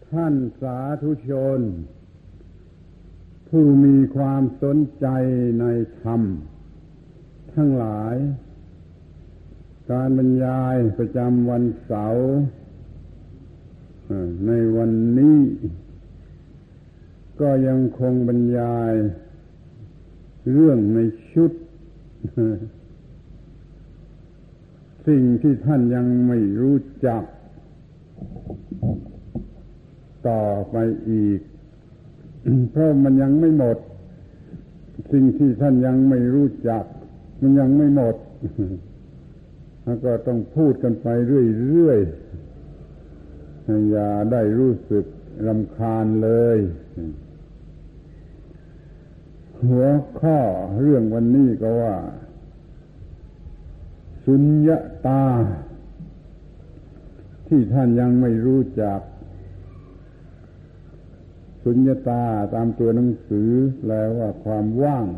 ท่านสาธุชนผู้มีความสนใจในธรรมทั้งหลายการบรรยายประจำวันเสาร์ในวันนี้ก็ยังคงบรรยายเรื่องในชุดสิ่งที่ท่านยังไม่รู้จักต่อไปอีกเพราะมันยังไม่หมดสิ่งที่ท่านยังไม่รู้จักมันยังไม่หมดแล้วก็ต้องพูดกันไปเรื่อยๆอย่าได้รู้สึกรำคาญเลยหัวข้อเรื่องวันนี้ก็ว่าสุญญตาที่ท่านยังไม่รู้จักสุญญตาตามตัวหนังสือแปลว่าความว่าง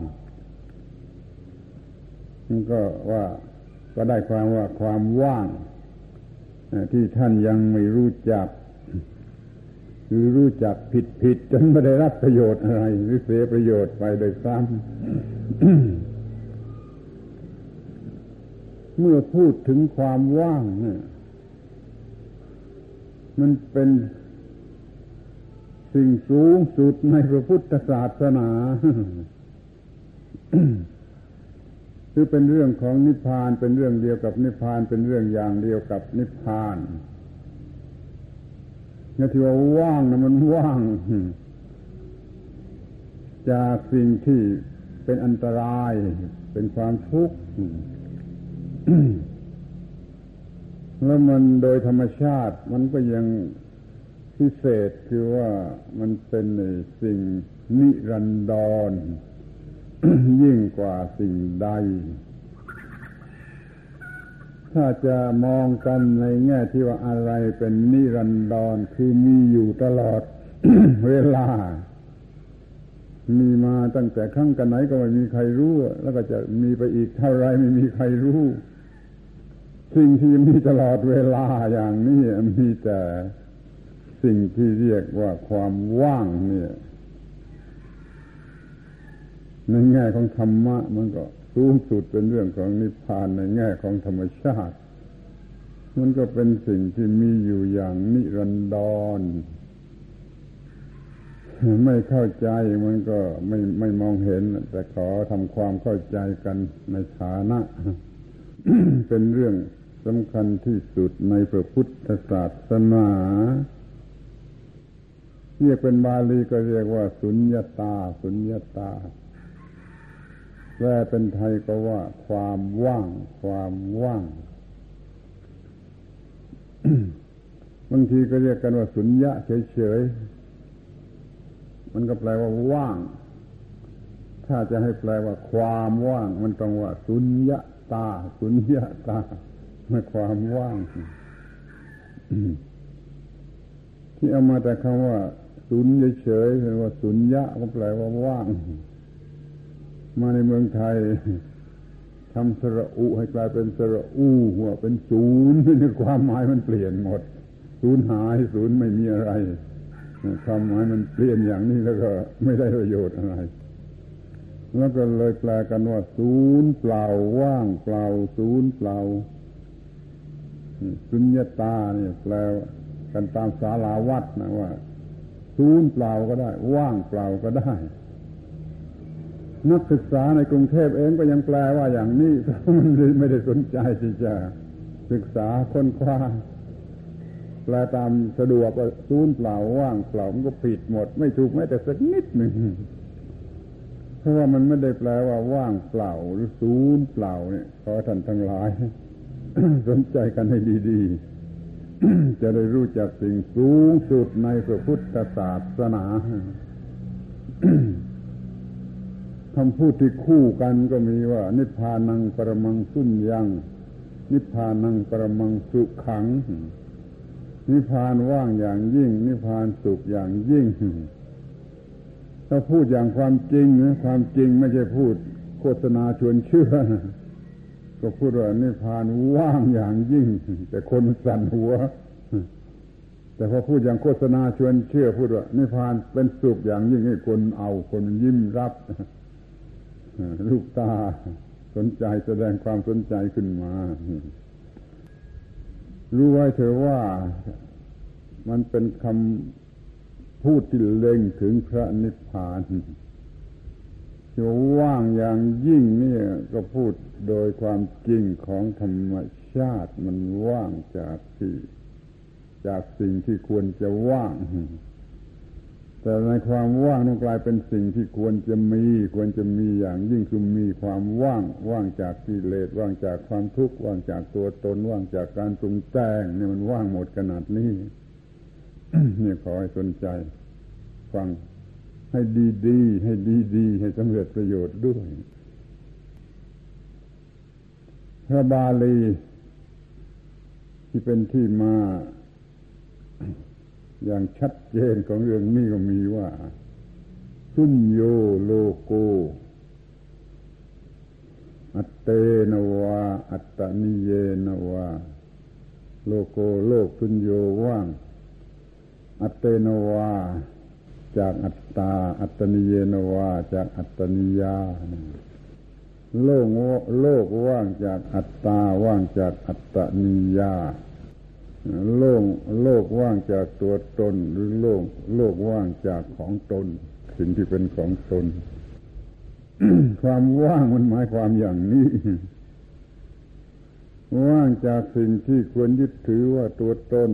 มันก็ได้ความว่าความว่างที่ท่านยังไม่รู้จักหรือรู้จักผิดจนไม่ได้รับประโยชน์อะไรหรือเสียประโยชน์ไปโดยซ้ำ เมื่อพูดถึงความว่างเนี่ยมันเป็นสิ่งสูงสุดในพระพุทธศาสนาคือเป็นเรื่องของนิพพานเป็นเรื่องเดียวกับนิพพานเป็นเรื่องอย่างเดียวกับนิพพานเนี่ยที่ว่าว่างนะมันว่างจากสิ่งที่เป็นอันตรายเป็นความทุกข์แล้วมันโดยธรรมชาติมันก็ยังพิเศษคือว่ามันเป็นสิ่งนิรันดร ยิ่งกว่าสิ่งใดถ้าจะมองกันในแง่ที่ว่าอะไรเป็นนิรันดรคือมีอยู่ตลอด เวลามีมาตั้งแต่ครั้งกันไหนก็ไม่มีใครรู้แล้วก็จะมีไปอีกเท่าไรไม่มีใครรู้สิ่งที่มีตลอดเวลาอย่างนี้มีแต่สิ่งที่เรียกว่าความว่างเนี่ยในแง่ของธรรมะมันก็สูงสุดเป็นเรื่องของนิพพานในแง่ของธรรมชาติมันก็เป็นสิ่งที่มีอยู่อย่างนิรันดรไม่เข้าใจมันก็ไม่มองเห็นแต่ขอทำความเข้าใจกันในฐานะ เป็นเรื่องสำคัญที่สุดในพระพุทธศาสนาเรียกเป็นบาลีก็เรียกว่าสุญญตาสุญญตาแปลเป็นไทยก็ว่าความว่างความว่าง บางทีก็เรียกกันว่าสุญญะเฉยๆมันก็แปลว่าว่างถ้าจะให้แปลว่าความว่างมันต้องว่าสุญญตาสุญญตาไม่ความว่าง ที่เอามาแต่คำว่าสุญเฉยๆเป็นว่าสุญญะก็แปลว่าว่างมาในเมืองไทยทำสระอุให้กลายเป็นสระอูหัวเป็นศูนย์นี่ความหมายมันเปลี่ยนหมดศูนย์หายศูนย์ไม่มีอะไรความหมายมันเปลี่ยนอย่างนี้แล้วก็ไม่ได้ประโยชน์อะไรแล้วก็เลยแปลกันว่าศูนย์เปล่าว่างเปล่าศูนย์เปล่าสุญญตาเนี่ยแปลกันตามศาลาวัดนะว่าศูนย์เปล่าก็ได้ว่างเปล่าก็ได้นักศึกษาในกรุงเทพเองก็ยังแปลว่าอย่างนี้มันไม่ได้สนใจที่จะศึกษาค้นคว้าแปลตามสะดวกว่าศูนย์เปล่าว่างเปล่ามันก็ผิดหมดไม่ถูกแม้แต่สักนิดหนึ่งเพราะว่ามันไม่ได้แปลว่าว่างเปล่าหรือศูนย์เปล่าเนี่ยขอท่านทั้งหลาย สนใจกันให้ดีๆ จะได้รู้จักสิ่งสูงสุดในพระพุทธศาสนา คำพูดที่คู่กันก็มีว่านิพพานังปรมังสุญญังนิพพานังปรมังสุขังนิพพานว่างอย่างยิ่งนิพพานสุขอย่างยิ่งถ้าพูดอย่างความจริงนะความจริงไม่ใช่พูดโฆษณาชวนเชื่อก็พูดว่านิพพานว่างอย่างยิ่งแต่คนสั่นหัวแต่พอพูดอย่างโฆษณาชวนเชื่อพูดว่านิพพานเป็นสุขอย่างยิ่งให้คนเอาคนยิ้มรับลูกตาสนใจแสดงความสนใจขึ้นมารู้ไว้เถอะว่ามันเป็นคำพูดที่เล็งถึงพระนิพพานที่ว่างอย่างยิ่งนี่ก็พูดโดยความจริงของธรรมชาติมันว่างจากสิ่งที่ควรจะว่างแต่ในความว่างต้องกลายเป็นสิ่งที่ควรจะมีอย่างยิ่งคือมีความว่างจากกิเลสว่างจากความทุกข์ว่างจากตัวตนว่างจากการปรุงแต่งเนี่ยมันว่างหมดขนาดนี้ เนี่ยขอให้สนใจฟังให้ดีๆให้สำเร็จประโยชน์ด้วยพระบาลีที่เป็นที่มาอย่างชัดเจนของเรื่องนี้ก็มีว่าสุญโญโลโกอัตเตนวาอัตตนิเยนวาโลโกโลกสุญโญว่างอัตเตนวาจากอัตตาอัตตนิเยนวาจากอัตตนิยาโลกว่างจากอัตตาว่างจากอัตตนิยาโลกว่างจากตัวตนหรือโลกว่างจากของตนสิ่งที่เป็นของตน ความว่างมันหมายความอย่างนี้ ว่างจากสิ่งที่ควรยึดถือว่าตัวตน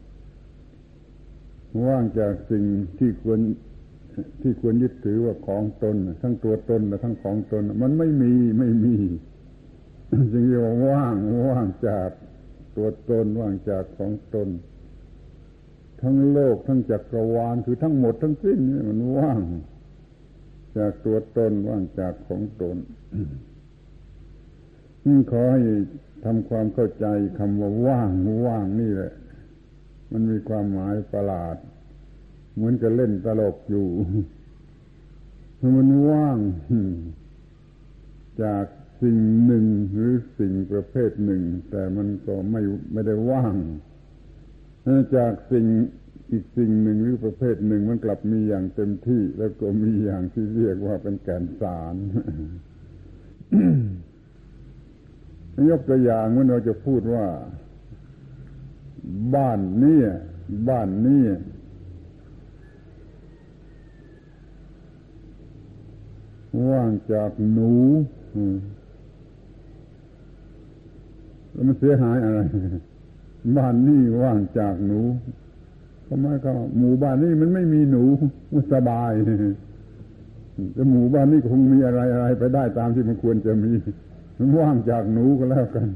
ว่างจากสิ่งที่ควรยึดถือว่าของตนทั้งตัวตนและทั้งของตนมันไม่มีจึงเรียกว่าว่างจากตัวตนว่างจากของตนทั้งโลกทั้งจักรวาลคือทั้งหมดทั้งสิ้นนี่มันว่างจากตัวตนว่างจากของตน ขอให้ทำความเข้าใจคำว่าว่างนี่แหละมันมีความหมายประหลาดเหมือนกับเล่นตลกอยู่มันว่างจากสิ่งหนึ่งหรือสิ่งประเภทหนึ่งแต่มันก็ไม่ได้ว่างจากอีกสิ่งหนึ่งหรือประเภทหนึ่งมันกลับมีอย่างเต็มที่แล้วก็มีอย่างที่เรียกว่าเป็นแก่นสาร ยกตัวอย่างเมื่อเราจะพูดว่าบ้านนี้ว่างจากหนูแล้วมันเสียหายอะไรบ้านนี้ว่างจากหนูทำไมก็หมู่บ้านนี้มันไม่มีหนูมันสบายแต่หมู่บ้านนี้คงมีอะไรไปได้ตามที่มันควรจะมีมันว่างจากหนูก็แล้วกัน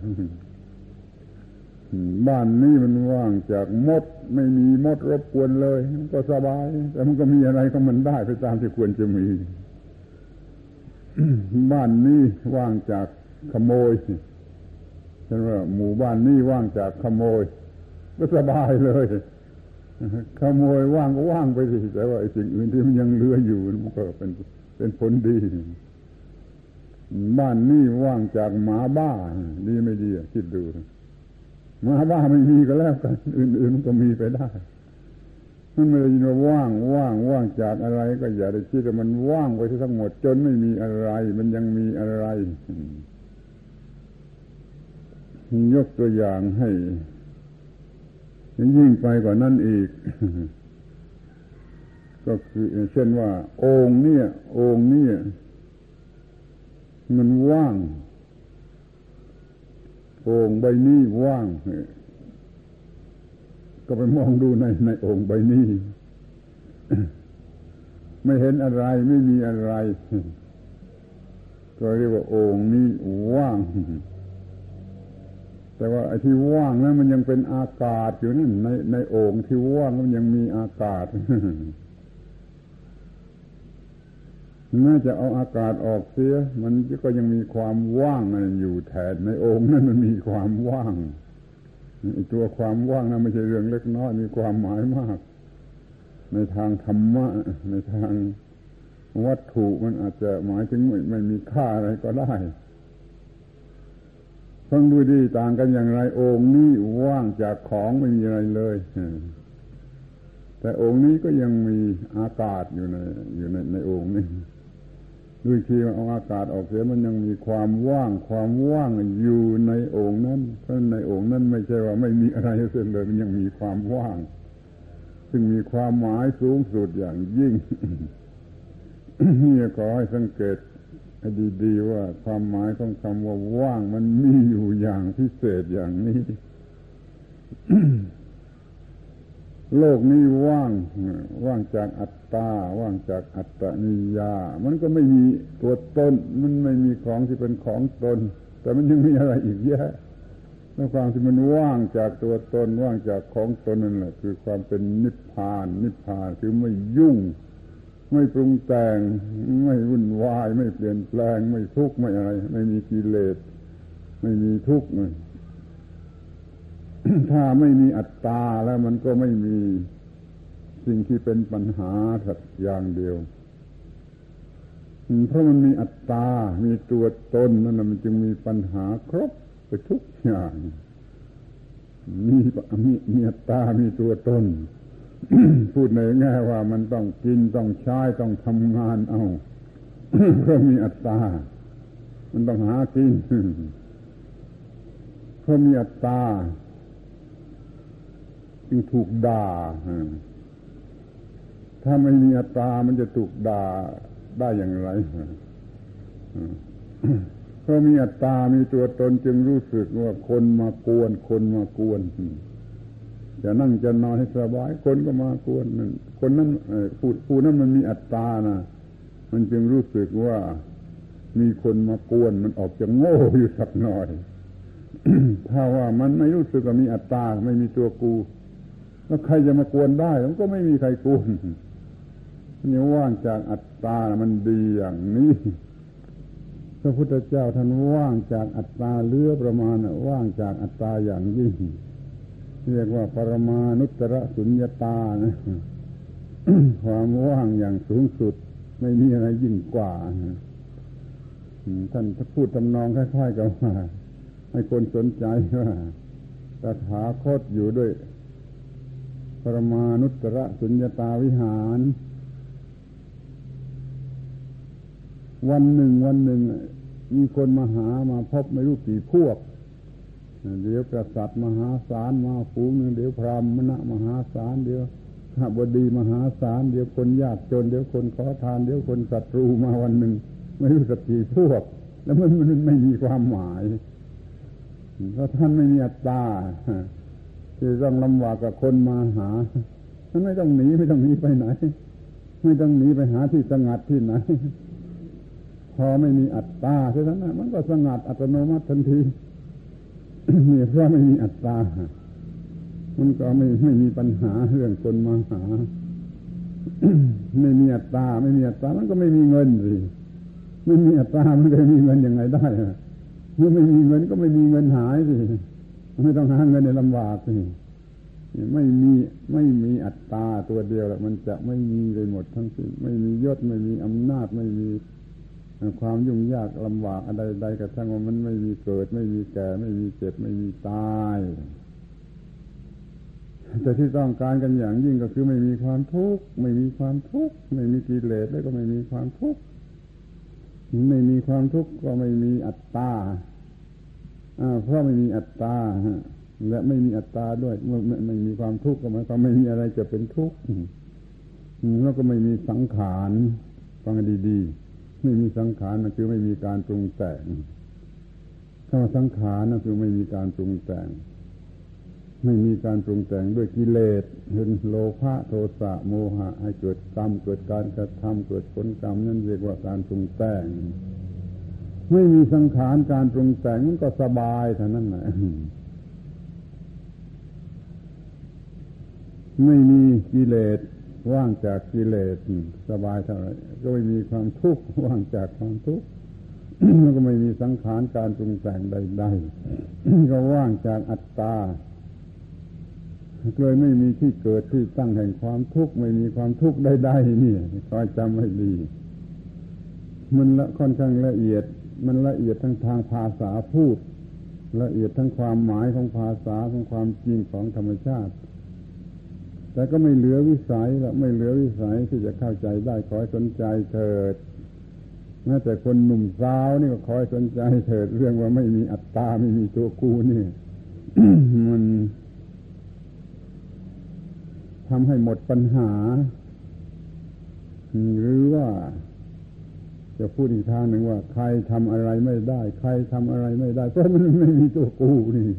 บ้านนี้มันว่างจากมดไม่มีมดรบกวนเลยมันก็สบายแต่มันก็มีอะไรของมันได้ไปตามที่ควรจะมี บ้านนี้ว่างจากขโมยฉันว่าหมู่บ้านนี้ว่างจากขโมยก็สบายเลยขโมยว่างก็ว่างไปสิแต่ว่าไอ้สิ่งอื่นที่มันยังเหลืออยู่มันก็เป็นผลดีบ้านนี้ว่างจากหมาบ้าดีไม่ดีคิดดูหมาบ้าไม่มีก็แล้วกันอื่นๆมันก็มีไปได้มันไม่ได้ยินว่าว่างจากอะไรก็อย่าได้คิดว่ามันว่างไปทั้งหมดจนไม่มีอะไรมันยังมีอะไรยกตัวอย่างให้ยิ่งไปกว่านั้นอีก ก็คือเช่นว่าโอ่งเนี่ยมันว่างโอ่งใบนี้ว่างก็ไปมองดูในโอ่งใบนี้ ไม่เห็นอะไรไม่มีอะไรก็เรียกว่าโอ่งนี้ว่างแต่ว่าไอ้ที่ว่างนั้นมันยังเป็นอากาศอยู่นั่นในโอ่งที่ว่างมันยังมีอากาศ น่าจะเอาอากาศออกเสียมันก็ยังมีความว่างนั่นอยู่แทนในโอ่งนั้นมันมีความว่างตัวความว่างนั้นไม่ใช่เรื่องเล็กน้อยมีความหมายมากในทางธรรมะในทางวัตถุมันอาจจะหมายถึงไม่มีค่าอะไรก็ได้ฟังดูดีต่างกันอย่างไรโอ่งนี้ว่างจากของไม่มีอะไรเลยแต่องค์นี้ก็ยังมีอากาศอยู่ในองค์นี้ด้วยที่เอาอากาศออกเสียมันยังมีความว่างอยู่ในองค์นั้นเพราะในองค์นั้นไม่ใช่ว่าไม่มีอะไรเสียเลยมันยังมีความว่างซึ่งมีความหมายสูงสุดอย่างยิ่ง นี่ขอให้สังเกตให้ดีๆว่าความหมายของคำว่าว่างมันมีอยู่อย่างพิเศษอย่างนี้ โลกนี้ว่างจากอัตตาว่างจากอัตตนิยามันก็ไม่มีตัวตนมันไม่มีของที่เป็นของตนแต่มันยังมีอะไรอีกเยอะแล้วความที่มันว่างจากตัวตนว่างจากของตนนั่นแหละคือความเป็นนิพพานคือไม่ยุ่งไม่ปรุงแต่งไม่วุ่นวายไม่เปลี่ยนแปลงไม่ทุกข์ไม่อะไรไม่มีกิเลสไม่มีทุกข์ถ้าไม่มีอัตตาแล้วมันก็ไม่มีสิ่งที่เป็นปัญหาสักอย่างเดียวเพราะมันมีอัตตามีตัวตนนั่นน่ะมันจึงมีปัญหาครบไปทุกอย่างมีอัตตามีตัวตน พูดในแง่ว่ามันต้องกินต้องใช้ต้องทำงานเอา เพราะมีอัตตามันต้องหากิน เพราะมีอัตตาจึงถูกด่าถ้าไม่มีอัตตามันจะถูกด่าได้อย่างไร เพราะมีอัตตามีตัวตนจึงรู้สึกว่าคนมากวนจะนั่งจะนอนให้สบายคนก็มากวนนั่นคนนั้นผู้นั้นมันมีอัตตานะมันจึงรู้สึกว่ามีคนมากวนมันออกจะโง่อยู่สักหน่อย ถ้าว่ามันไม่รู้สึกว่ามีอัตตาไม่มีตัวกูแล้วใครจะมากวนได้มันก็ไม่มีใครกวนนี่ว่างจากอัตตามันดีอย่างนี้พระพุทธเจ้าท่านว่างจากอัตตาเหลือประมาณว่างจากอัตตาอย่างยิ่งเรียกว่าปรมานุตตรสุญญตานะ ความว่างอย่างสูงสุดไม่มีอะไรยิ่งกว่าท่านพูดทำนองคล้ายๆกับว่าให้คนสนใจว่าตถาคตอยู่ด้วยปรมานุตตรสุญญตาวิหารวันหนึ่งมีคนมาหามาพบไม่รู้กี่พวกเดี๋ยวกษัตริย์มหาศาลมาฝูงนึงเดี๋ยวพราหมณ์มหาศาลเดี๋ยวข้าบดีมหาศาลเดี๋ยวคนยากจนเดี๋ยวคนขอทานเดี๋ยวคนศัตรูมาวันหนึ่งไม่รู้สักกี่พวกแล้วมันไม่มีความหมายเพราะท่านไม่มีอัตตาที่ต้องลำบากกับคนมาหาท่านไม่ต้องหนีไปไหนไม่ต้องหนีไปหาที่สงัดที่ไหนพอไม่มีอัตตาเท่านั้นมันก็สงัดอัตโนมัติทันทีนี่เพราะไม่มีอัตตามันก็ไม่มีปัญหาเรื่องคนมาหา ไม่มีอัตตามันก็ไม่มีเงินสิไม่มีอัตตามันจะมีเงินยังไงได้เมื่อไม่มีเงินก็ไม่มีเงินหายสิไม่ต้องหาเงินในลำบากสิไม่มีอัตตาตัวเดียวแล้วมันจะไม่มีไปหมดทั้งสิ้นไม่มียศไม่มีอำนาจไม่มีความยุ่งยากลำบากอะไรใดกระทั่งว่ามันไม่มีเกิดไม่มีแก่ไม่มีเจ็บไม่มีตายแต่ที่ต้องการกันอย่างยิ่งก็คือไม่มีความทุกข์ไม่มีกิเลสแล้วก็ไม่มีความทุกข์ไม่มีความทุกข์ก็ไม่มีอัตตาเพราะไม่มีอัตตาและไม่มีอัตตาด้วยเมื่อไม่มีความทุกข์ก็หมายความไม่มีอะไรจะเป็นทุกข์แล้วก็ไม่มีสังขารฟังดีๆไม่มีสังขารนั่นคือไม่มีการปรุงแต่งคำว่าสังขารนั่นคือไม่มีการปรุงแต่งไม่มีการปรุงแต่งด้วยกิเลสเป็นโลภะโทสะโมหะให้เกิดกรรมเกิดการกระทำเกิดผลกรรมนั่นเรียกว่าการปรุงแต่งไม่มีสังขารการปรุงแต่งมันก็สบายเท่านั้นแหละไม่มีกิเลสว่างจากกิเลสสบายเท่าไหร่ก็ไม่มีความทุกข์ว่างจากความทุกข์ แล้วก็ไม่มีสังขารการปรุงแต่งใดๆ ก็ว่างจากอัตตาเลยไม่มีที่เกิดที่ตั้งแห่งความทุกข์ไม่มีความทุกข์ใดๆนี่คอยจำให้ดีมันค่อนข้างละเอียดมันละเอียดทั้งทางภาษาพูดละเอียดทั้งความหมายของภาษาของความจริงของธรรมชาติแต่ก็ไม่เหลือวิสัยละไม่เหลือวิสัยที่จะเข้าใจได้ขอให้สนใจเถิดแม้แต่คนหนุ่มสาวนี่ก็ขอให้สนใจเถิดเรื่องว่าไม่มีอัตตาไม่มีตัวกูนี่ มันทำให้หมดปัญหาหรือว่าจะพูดอีกทางหนึ่งว่าใครทำอะไรไม่ได้ใครทำอะไรไม่ได้เพราะมันไม่มีตัวกูนี่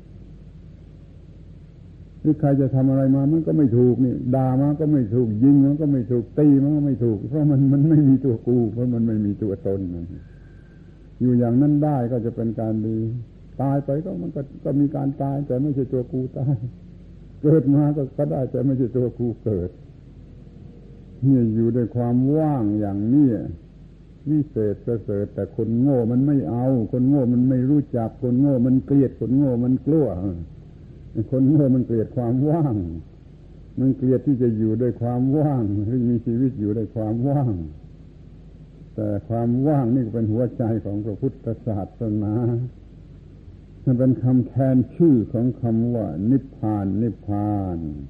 หรือใครจะทำอะไรมามันก็ไม่ถูกนี่ด่ามาก็ไม่ถูกยิงมันก็ไม่ถูกตีมันก็ไม่ถูกเพราะมันไม่มีตัวกูเพราะมันไม่มีตัวตนมันอยู่อย่างนั้นได้ก็จะเป็นการดีตายไปก็มันก็มีการตายแต่ไม่ใช่ตัวกูตายเกิดมาก็ได้แต่ไม่ใช่ตัวกูเกิดเนี่ยอยู่ด้วยความว่างอย่างนี้วิเศษประเสริฐแต่คนโง่มันไม่เอาคนโง่มันไม่รู้จักคนโง่มันเกลียดคนโง่มันกลัวคนโง่มันเกลียดความว่างมันเกลียดที่จะอยู่ด้วยความว่างที่มีชีวิตอยู่ด้วยความว่างแต่ความว่างนี่ก็เป็นหัวใจของพระพุทธศาสนามันเป็นคำแทนชื่อของคำว่านิพพานนิพพาน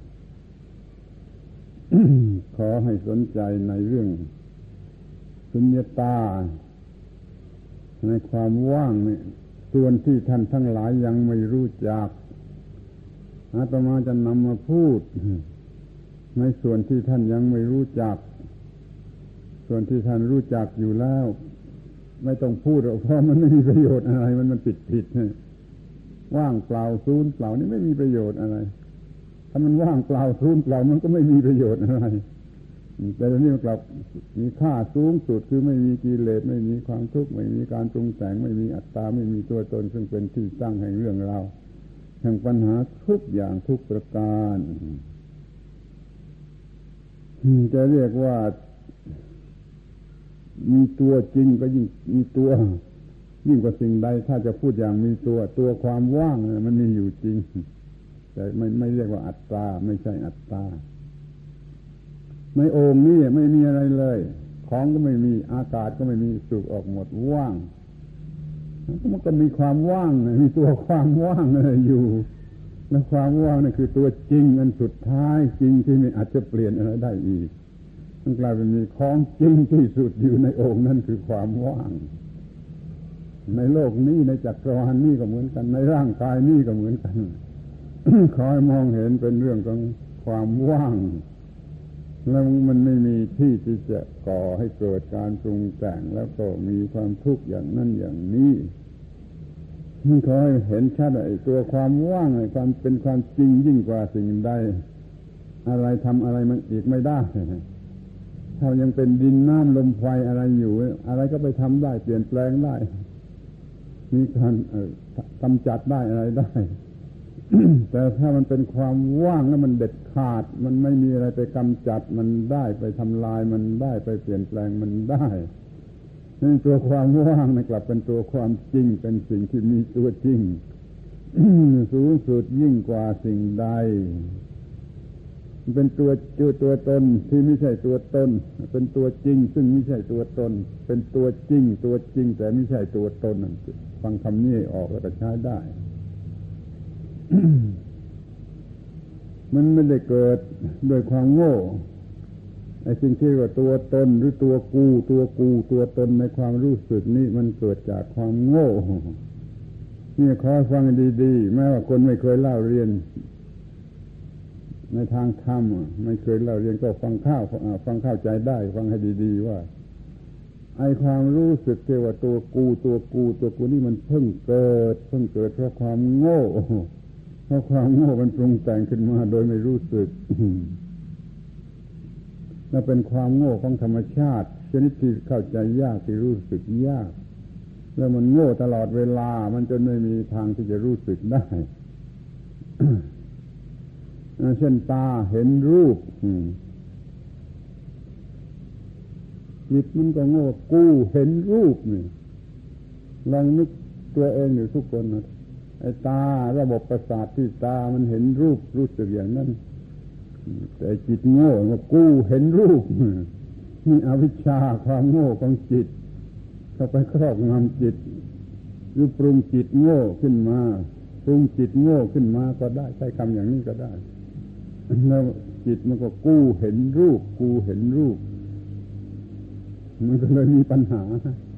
ขอให้สนใจในเรื่องสุญญตาในความว่างนี่ส่วนที่ท่านทั้งหลายยังไม่รู้จักอาตมาจะนำมาพูดในส่วนที่ท่านยังไม่รู้จักส่วนที่ท่านรู้จักอยู่แล้วไม่ต้องพูดหรอกเพราะมันไม่มีประโยชน์อะไรมันผิดว่างเปล่าศูนย์เปล่านี่ไม่มีประโยชน์อะไรถ้ามันว่างเปล่าศูนย์เปล่ามันก็ไม่มีประโยชน์อะไรแต่ตอนนี้มันกลับมีค่าสูงสุดคือไม่มีกิเลสไม่มีความทุกข์ไม่มีการปรุงแต่งไม่มีอัตตาไม่มีตัวตนซึ่งเป็นที่ตั้งแห่งเรื่องราวแห่งปัญหาทุกอย่างทุกประการจะเรียกว่ามีตัวจริงก็ยิ่งมีตัวยิ่งกว่าสิ่งใดถ้าจะพูดอย่างมีตัวความว่างมันมีอยู่จริงแต่ไม่เรียกว่าอัตตาไม่ใช่อัตตาในโอ่งนี่ไม่มีอะไรเลยของก็ไม่มีอากาศก็ไม่มีสูบออกหมดว่างมันก็มีความว่างมีตัวความว่างอยู่และความว่างนั่นคือตัวจริงอันสุดท้ายจริงที่ไม่อาจจะเปลี่ยนอะไรได้อีกมันกลายเป็นมีของจริงที่สุดอยู่ในโอ่งนั่นคือความว่างในโลกนี้ในจักรวาลนี้ก็เหมือนกันในร่างกายนี้ก็เหมือนกัน ขอให้มองเห็นเป็นเรื่องของความว่างแล้วมันไม่มีที่ที่จะก่อให้เกิดการปรุงแต่งแล้วก็มีความทุกข์อย่างนั้นอย่างนี้ขอให้เห็นชัดไอ้ตัวความว่างไอ้ความเป็นความจริงยิ่งกว่าสิ่งใดอะไรทำอะไรมันอีกไม่ได้ถ้ายังเป็นดินน้ำลมไฟอะไรอยู่อะไรก็ไปทำได้เปลี่ยนแปลงได้มีการกำจัดได้อะไรได้ แต่ถ้ามันเป็นความว่างแล้วมันเด็ดขาดมันไม่มีอะไรไปกำจัดมันได้ไปทำลายมันได้ไปเปลี่ยนแปลงมันได้นี่ตัวความว่างนี่กลับเป็นตัวความจริงเป็นสิ่งที่มีตัวจริง สูงสุดยิ่งกว่าสิ่งใดเป็นตัวตนที่ไม่ใช่ตัวตนเป็นตัวจริงซึ่งไม่ใช่ตัวตนเป็นตัวจริงแต่ไม่ใช่ตัวตนฟังคำนี้ออกแล้วก็ใช้ได้ มันไม่ได้เกิดโดยความโง่ไอ้สิ่งที่ว่าตัวตนหรือตัวตัวตนในความรู้สึกนี้มันเกิดจากความโง่นี่ขอฟังดีๆแม้ว่าคนไม่เคยเล่าเรียนในทางธรรมไม่เคยเล่าเรียนก็ฟังเข้าใจได้ฟังให้ดีๆว่าไอ้ความรู้สึกที่ว่าตัวกูนี่มันเพิ่งเกิดเพราะความโง่เพราะความโง่มันปรุงแต่งขึ้นมาโดยไม่รู้สึก และเป็นความโง่ของธรรมชาติชนิดที่เข้าใจยากที่รู้สึกยากแล้วมันโง่ตลอดเวลามันจนไม่มีทางที่จะรู้สึกได้ เช่นตาเห็นรูปจิตมันก็โง่กูเห็นรูปนี่ลองนึกตัวเองอยู่ทุกคนนะไอ้ตาระบบประสาทที่ตามันเห็นรูปรู้สึกอย่างนั้นแต่จิตโง่ว่ากูเห็นรูปนี่อวิชชาความโง่ของจิตเข้าไปครอบงำจิตหรือปรุงจิตโง่ขึ้นมาปรุงจิตโง่ขึ้นมาก็ได้ใช้คำอย่างนี้ก็ได้แล้วจิตมันก็กู้เห็นรูปกูเห็นรูปมันก็เลยมีปัญหา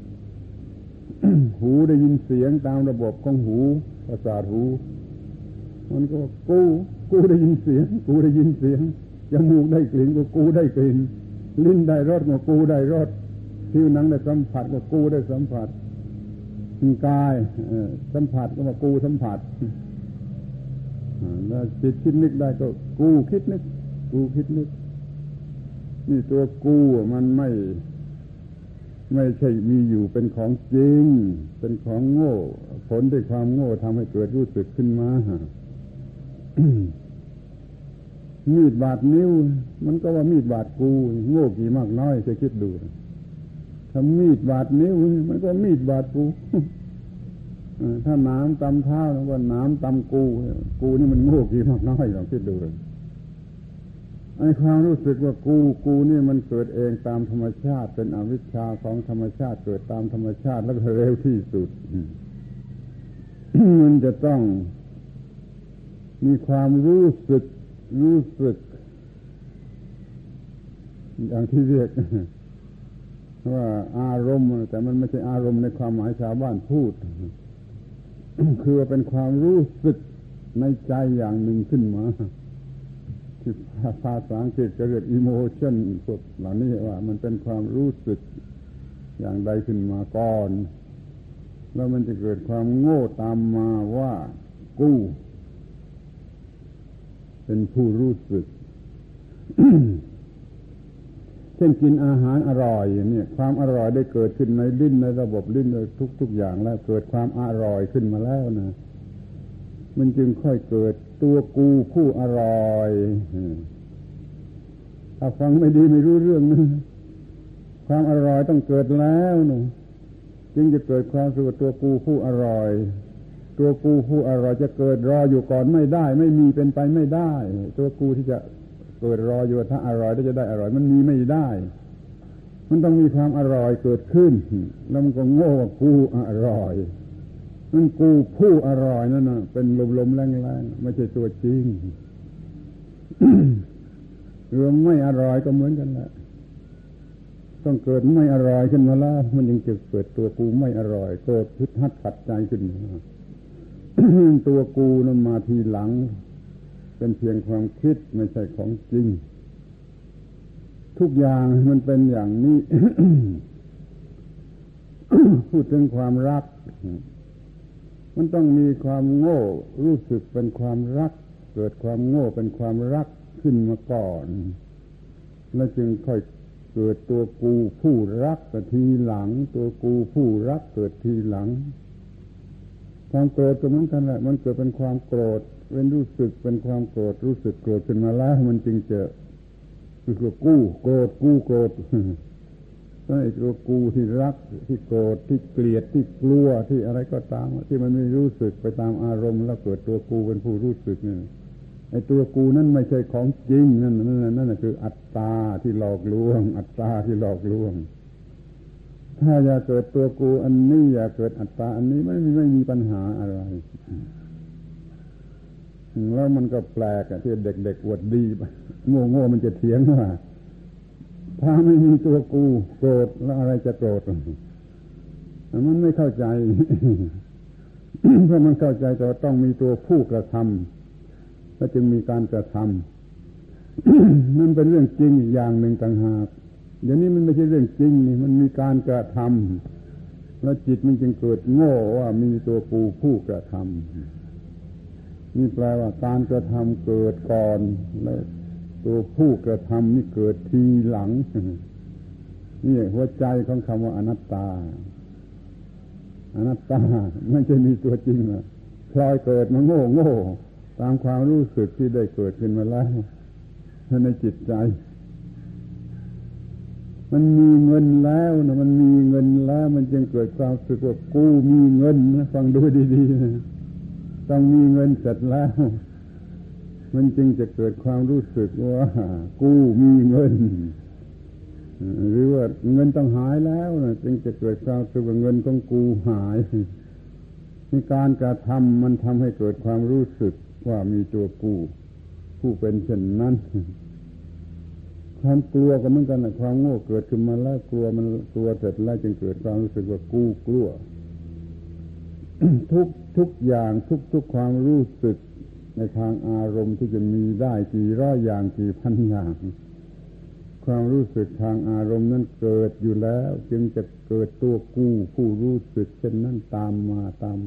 หูได้ยินเสียงตามระบบของหูประสาทหูมันก็กู้ได้ยินเสียงกูได้ยินเสียงจมูกได้กลิ่นก็กูได้กลิ่นลิ้นได้รสก็กูได้รสผิวหนังได้สัมผัสก็กูได้สัมผัสกายสัมผัสก็มากูสัมผัสแล้วจิตคิดนึกได้ก็กูคิดนึกนี่ตัวกูมันไม่ใช่มีอยู่เป็นของจริงเป็นของโง่ผลด้วยความโง่ทำให้เกิดรู้สึกขึ้นมา มีดบาดนิ้วมันก็ว่ามีดบาดกูโง่กี่มากน้อยจะคิดดูถ้ามีดบาดนิ้วมันก็มีดบาดกูถ้าน้ำตำเท้าแล้วก็น้ำตำกูนี่มันโง่กี่มากน้อยลองคิดดูไอ้ความรู้สึกว่ากูนี่มันเกิดเองตามธรรมชาติเป็นอวิชชาของธรรมชาติเกิดตามธรรมชาติแล้วก็เร็วที่สุด มันจะต้องมีความรู้สึกอย่างที่เรียกว่าอารมณ์แต่มันไม่ใช่อารมณ์ในความหมายชาวบ้านพูด คือเป็นความรู้สึกในใจอย่างหนึ่งขึ้นมาที่ภาษาอังกฤษจะเรียก emotion พวกเหล่านี้ว่ามันเป็นความรู้สึกอย่างใดขึ้นมาก่อนแล้วมันจะเกิดความโง่ตามมาว่ากูเป็นผู้รู้สึก เช่นกินอาหารอร่อยเนี่ยความอร่อยได้เกิดขึ้นในลิ้นในระบบลิ้นทุกอย่างแล้วเกิดความอร่อยขึ้นมาแล้วนะมันจึงค่อยเกิดตัวกูผู้อร่อยถ้าฟังไม่ดีไม่รู้เรื่องนะความอร่อยต้องเกิดแล้วนะจึงจะเกิดความรู้สึกตัวกูผู้อร่อยตัวกูผู้อร่อยจะเกิดรออยู่ก่อนไม่ได้ไม่มีเป็นไปไม่ได้ตัวกูที่จะเกิดรออยู่ถ้าอร่อยแล้วจะได้อร่อยมันมีไม่ได้มันต้องมีความอร่อยเกิดขึ้นแล้วมันก็โง่ว่ากูอร่อยนั่นกูผู้อร่อยนั่นน่ะเป็นลมๆแรงๆไม่ใช่ตัวจริง หรือไม่อร่อยก็เหมือนกันแหละต้องเกิดไม่อร่อยขึ้นมาแล้วมันยังจะเกิดตัวกูไม่อร่อยเกิดพึดฮัดขัดใจขึ้นมา ตัวกูนั้นมาทีหลังเป็นเพียงความคิดไม่ใช่ของจริงทุกอย่างมันเป็นอย่างนี้ พูดถึงความรักมันต้องมีความโง่รู้สึกเป็นความรักเกิดความโง่เป็นความรักขึ้นมาก่อนแล้วจึงค่อยเกิดตัวกูผู้รักทีหลังตัวกูผู้รักเกิดทีหลังความโกรธก็เหมือนกันแหละมันเกิดเป็นความโกรธเป็นรู้สึกเป็นความโกรธรู้สึกโกรธขึ้นมาแล้วมันจึงจะคือกูโกรธไอ้ตัวกูที่รักที่โกรธที่เกลียดที่กลัวที่อะไรก็ตามที่มันไม่รู้สึกไปตามอารมณ์แล้วเกิดตัวกูเป็นผู้รู้สึกนี่ไอ้ตัวกูนั้นไม่ใช่ของจริงนั่นคืออัตตาที่หลอกลวงอัตตาที่หลอกลวงถ้าอยากเกิดตัวกูอันนี้อยากเกิดอัตตาอันนี้ไม่มีปัญหาอะไรแล้วมันก็แปลกที่เด็กๆอวดดีโง่มันจะเถียงว่าถ้าไม่มีตัวกูโกรธแล้วอะไรจะโกรธมันไม่เข้าใจ เพราะมันเข้าใจแต่ต้องมีตัวผู้กระทำแล้วจึงมีการกระทำ นั่นเป็นเรื่องจริงอย่างหนึ่งต่างหากเดี๋ยวนี้มันไม่ใช่เรื่องจริงนี่มันมีการกระทำแล้วจิตมันจึงเกิดโง่ว่ามีตัวกูผู้กระทำนี่แปลว่าการกระทำเกิดก่อนแล้วตัวผู้กระทำนี่เกิดทีหลังนี่หัวใจของคำว่าอนัตตาไม่ใช่มีตัวจริงหรอกพลอยเกิดมาโง่ตามความรู้สึกที่ได้เกิดขึ้นมาแล้วในจิตใจมันมีเงินแล้วนะมันมีเงินแล้วมันจึงเกิดความรู้สึกว่ากูมีเงินนะฟังดูดีๆนะต้องมีเงินเสร็จแล้วมันจึงจะเกิดความรู้สึกว่ากูมีเงินหรือว่าเงินต้องหายแล้วนะจึงจะเกิดความรู้สึกว่าเงินของกูหายในการกระทำมันทำให้เกิดความรู้สึกว่ามีตัวกูผู้เป็นเช่นนั้นความกลัวก็เหมือนกันนะความโง่เกิดขึ้นมาแล้วกลัวมันกลัวเสร็จแล้วจึงเกิดความรู้สึกว่ากูกลัว ทุกอย่างทุกความรู้สึกในทางอารมณ์ที่จะมีได้กี่ร้อยอย่างกี่พันอย่างความรู้สึกทางอารมณ์นั้นเกิดอยู่แล้วจึงจะเกิดตัวกูผู้รู้สึกเช่นนั้นตามมา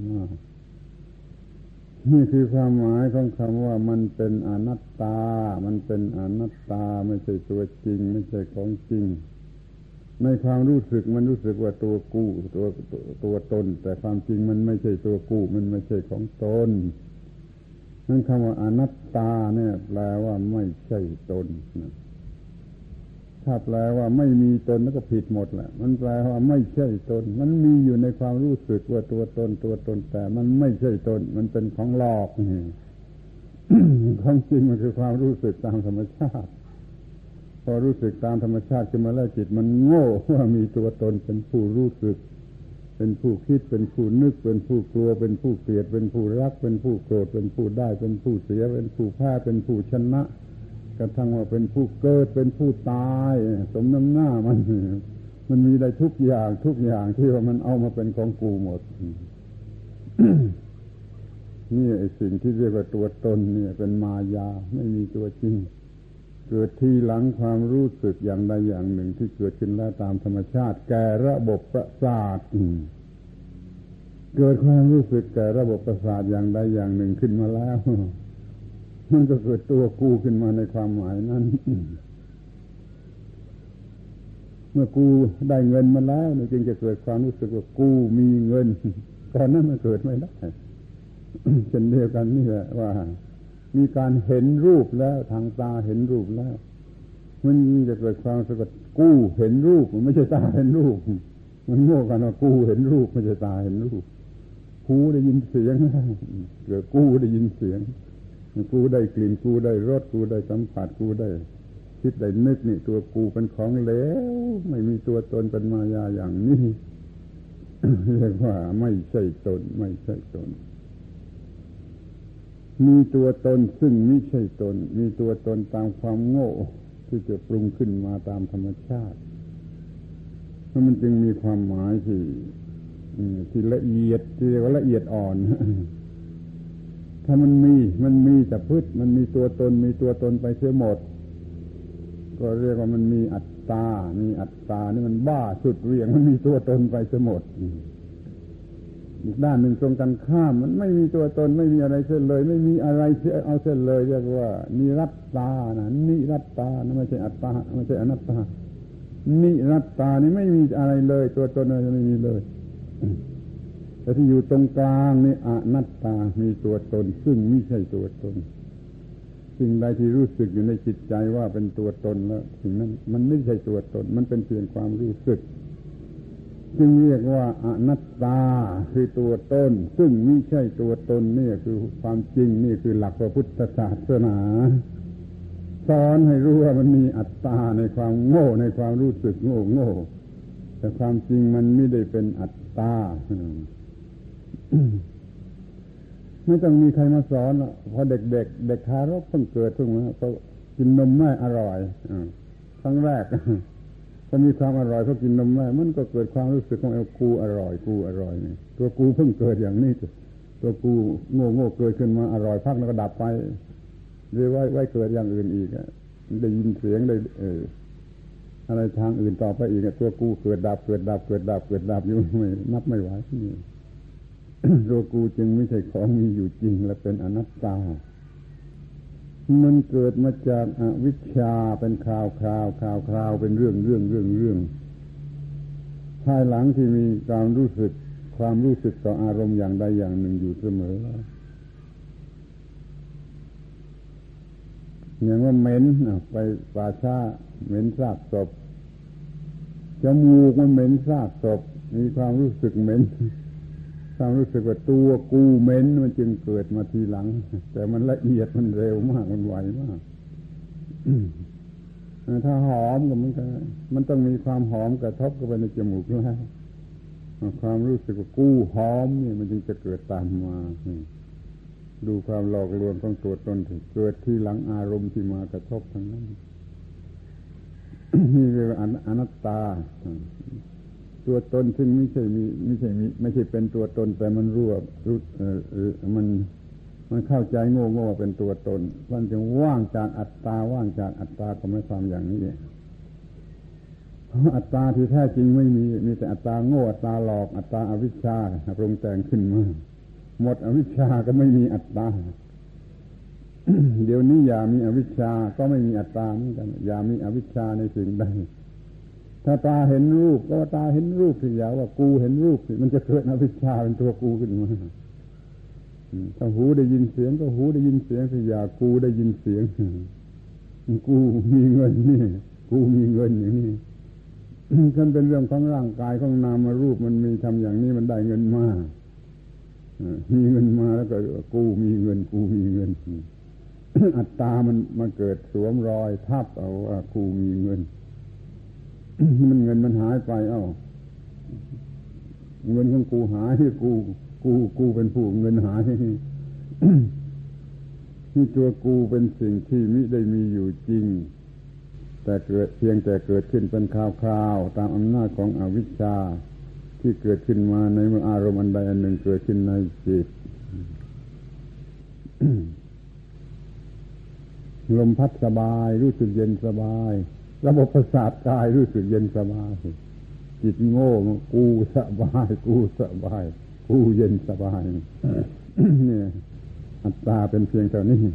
นี่คือความหมายของคำว่ามันเป็นอนัตตามันเป็นอนัตตาไม่ใช่ตัวจริงไม่ใช่ของจริงในความรู้สึกมันรู้สึกว่าตัวกูตัวตนแต่ความจริงมันไม่ใช่ตัวกูมันไม่ใช่ของตนนั่นคำว่าอนัตตาเนี่ยแปลว่าไม่ใช่ตนนะถ้าแปลว่าไม่มีตนแล้วก็ผิดหมดแหละมันแปลว่าไม่ใช่ตนมันมีอยู่ในความรู้สึกว่าตัวตนแต่มันไม่ใช่ตนมันเป็นของหลอก ความจริงมันคือความรู้สึกตามธรรมชาติพอรู้สึกตามธรรมชาติขึ้นมาแล้วจิตมันโง่ว่ามีตัวตนเป็นผู้รู้สึกเป็นผู้คิดเป็นผู้นึกเป็นผู้กลัวเป็นผู้เกลียดเป็นผู้รักเป็นผู้โกรธเป็นผู้ได้เป็นผู้เสียเป็นผู้แพ้เป็นผู้ชนะกระทั่งว่าเป็นผู้เกิดเป็นผู้ตายสมน้ำหน้ามันมีได้ทุกอย่างที่ว่ามันเอามาเป็นของกูหมด นี่ไอ้สิ่งที่เรียกว่าตัวตนเนี่ยเป็นมายาไม่มีตัวจริงเกิดทีหลังความรู้สึกอย่างใดอย่างหนึ่งที่เกิดขึ้นแล้วตามธรรมชาติแก่ระบบประสาทเกิดความรู้สึกแก่ระบบประสาทอย่างใดอย่างหนึ่งขึ้นมาแล้วมันก็เกิดตัวกูขึ้นมาในความหมายนั้น เมื่อกูได้เงินมาแล้วจึงจะเกิดความรู้สึกว่ากูมีเงินตอนนั้นมันเกิดไม่ได้ เช่นเดียวกันนี่แหละว่ามีการเห็นรูปแล้วทางตาเห็นรูปแล้วมันจะเกิดความรู้สึกว่ากูเห็นรูปมันไม่ใช่ตาเห็นรูปมันโง่กันว่ากูเห็นรูปไม่ใช่ตาเห็นรูปหูได้ยินเสียงเกิดกูได้ยินเสียงกูได้กลิ่นกูได้รสกูได้สัมผัสกูได้คิดได้นึกนี่ตัวกูเป็นของเหลวไม่มีตัวตนเป็นมายาอย่างนี้ เรียกว่าไม่ใช่ตนไม่ใช่ตนมีตัวตนซึ่งไม่ใช่ตนมีตัวตนตามความโง่ที่จะปรุงขึ้นมาตามธรรมชาติแล้วมันจึงมีความหมายที่ละเอียดที่เรียกว่าละเอียดอ่อน ถ้ามันมีแต่พืชมันมีตัวตนไปเสียหมดก็เรียกว่ามันมีอัตตานี่มันบ้าสุดเวียงมันมีตัวตนไปเสียหมดอีกด้านหนึ่งตรงกันข้ามมันไม่มีตัวตนไม่มีอะไรเสียเลยไม่มีอะไรเสียเอาเสียเลยเรียกว่านิรัตตานะนิรัตตานะไม่ใช่อัตตาไม่ใช่อนัตตานิรัตตานี่ไม่มีอะไรเลยตัวตนอะไรไม่มีเลยแต่ที่อยู่ตรงกลางนี่อนัตตามีตัวตนซึ่งไม่ใช่ตัวตนสิ่งใดที่รู้สึกอยู่ในจิตใจว่าเป็นตัวตนแล้วสิ่งนั้นมันไม่ใช่ตัวตนมันเป็นเพียงความรู้สึกจึงเรียกว่าอนัตตาคือตัวตนซึ่งไม่ใช่ตัวตนนี่คือความจริงนี่คือหลักพระพุทธศาสนาสอนให้รู้ว่ามันมีอัตตาในความโง่ในความรู้สึกโง่แต่ความจริงมันไม่ได้เป็นอัตตาไม่ต้องมีใครมาสอนพอเด็กทารกเพิ่งเกิดเพิ่งมาเขากินนมแม่อร่อยครั้งแรกพอมีความอร่อยเขากินนมแม่มันก็เกิดความรู้สึกของกูอร่อยนี่ตัวกูเพิ่งเกิดอย่างนี้ตัวกูโง่เกิดขึ้นมาอร่อยพักแล้วก็ดับไปเรียกไว้เกิดอย่างอื่นอีกได้ยินเสียงได้อะไรทางอื่นต่อไปอีกตัวกูเกิดดับอยู่ไม่นับไม่ไหวนี่ตัวกูจึงไม่ใช่ของมีอยู่จริงและเป็นอนัตตามันเกิดมาจากอวิชชาเป็นคราวเป็นเรื่องภายหลังที่มีความรู้สึกต่ออารมณ์อย่างใดอย่างหนึ่งอยู่เสมออย่างว่าเหม็นไปป่าช้าเหม็นซากศพจมูกมันเหม็นซากศพมีความรู้สึกเหม็นความรู้สึกว่าตัวกูเหม็นมันจึงเกิดมาทีหลังแต่มันละเอียดมันเร็วมากมันไวมากถ้าหอมก็มันต้องมีความหอมกระทบเข้าไปในจมูกแล้วความรู้สึกว่ากูหอมนี่มันจึงจะเกิดตามมาดูความหลอกลวงของตัวตนที่เกิดที่หลังอารมณ์ที่มากระทบทั้งนั้น นี่เรียกว่าอนัตตาตัวตนซึ่งไม่ใช่เป็นตัวตนแต่มันรู้มันเข้าใจโง่ว่าเป็นตัวตนมันจึงว่างจากอัตตาว่างจากอัตตาก็ไม่ความอย่างนี้อัตตาที่แท้จริงไม่มีแต่อัตตาโง่อัตตาหลอกอัตตาอวิชชาปรุงแต่งขึ้นมาหมดอวิชชาก็ไม่มีอัตตา เดี๋ยวนี้อย่ามีอวิชชาก็ไม่มีอัตตาเหมือนกันอย่ามีอวิชชาในสิ่งใดถ้าตาเห็นรูปก็ตาเห็นรูปสิอย่าว่ากูเห็นรูปสิมันจะเกิดอวิชชาเป็นตัวกูขึ้นมาถ้าหูได้ยินเสียงก็หูได้ยินเสียงสิอย่ากูได้ยินเสียงกูมีเงินนี่กูมีเงินอย่างนี้ฉันเป็นเรื่องของร่างกายของนามรูปมันมีทำอย่างนี้มันได้เงินมามีเงินมาแล้วก็กูมีเงินกูมีเงินอัตตามันมาเกิดสวมรอยทับเอาว่ากูมีเงินมันเงินมันหายไปเงินของกูหายที่กูเป็นผู้เงินหายนี่ตัวกูเป็นสิ่งที่มิได้มีอยู่จริงแต่เกิดเพียงแต่เกิดขึ้นเป็นคราวๆตามอำนาจของอวิชชาที่เกิดขึ้นมาในเมื่ออารมณ์อันใดอันหนึ่งเกิดขึ้นในจิต ลมพัดสบายรู้สึกเย็นสบายระบบประสาทกายรู้สึกเย็นสบายจิตโง่กูสบายกูสบายกูเย็นสบายเนี่ยอัตตาเป็นเพียงเท่านี้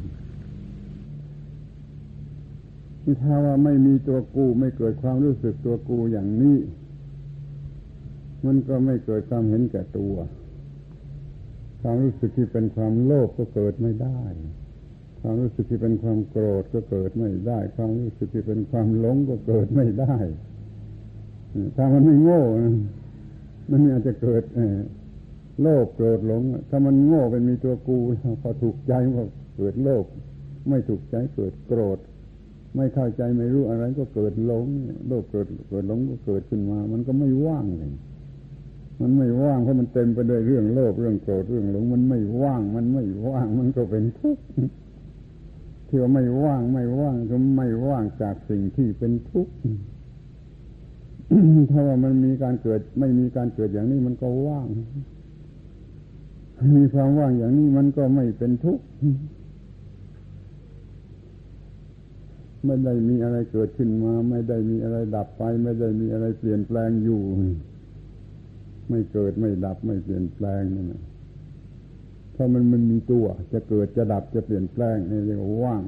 ถ้าว่าไม่มีตัวกูไม่เกิดความรู้สึกตัวกูอย่างนี้มันก็ไม่เกิดความเห็นแก่ตัวความรู้สึกที่เป็นความโลภก็เกิดไม่ได้ความรู้สึกที่เป็นความโกรธก็เกิดไม่ได้ความรู้สึกที่เป็นความหลงก็เกิดไม่ได้ถ้ามันไม่โง่มันอาจจะเกิดโลภโกรธหลงถ้ามันโง่เป็นมีตัวกูพอถูกใจก็เกิดโลภไม่ถูกใจเกิดโกรธไม่เข้าใจไม่รู้อะไรก็เกิดหลงโลภเกิดหลงก็เกิดขึ้นมามันก็ไม่ว่างเลยมันไม่ว่างเพราะมันเต็มไปด้วยเรื่องโลภเรื่องโกรธเรื่องหลงมันไม่ว่างมันก็เป็นทุกข์ที่ว่าไม่ว่างก็ไม่ว่างจากสิ่งที่เป็นทุกข์ ถ้าว่ามันมีการเกิดไม่มีการเกิดอย่างนี้มันก็ว่างมีความว่างอย่างนี้มันก็ไม่เป็นทุกข์ไม่ได้มีอะไรเกิดขึ้นมาไม่ได้มีอะไรดับไปไม่ได้มีอะไรเปลี่ยนแปลงอยู่ไม่เกิดไม่ดับไม่เปลี่ยนแปลงนั่นแหละถ้ามันมีตัวจะเกิดจะดับจะเปลี่ยนแปลงนี่เรียกว่าว่าง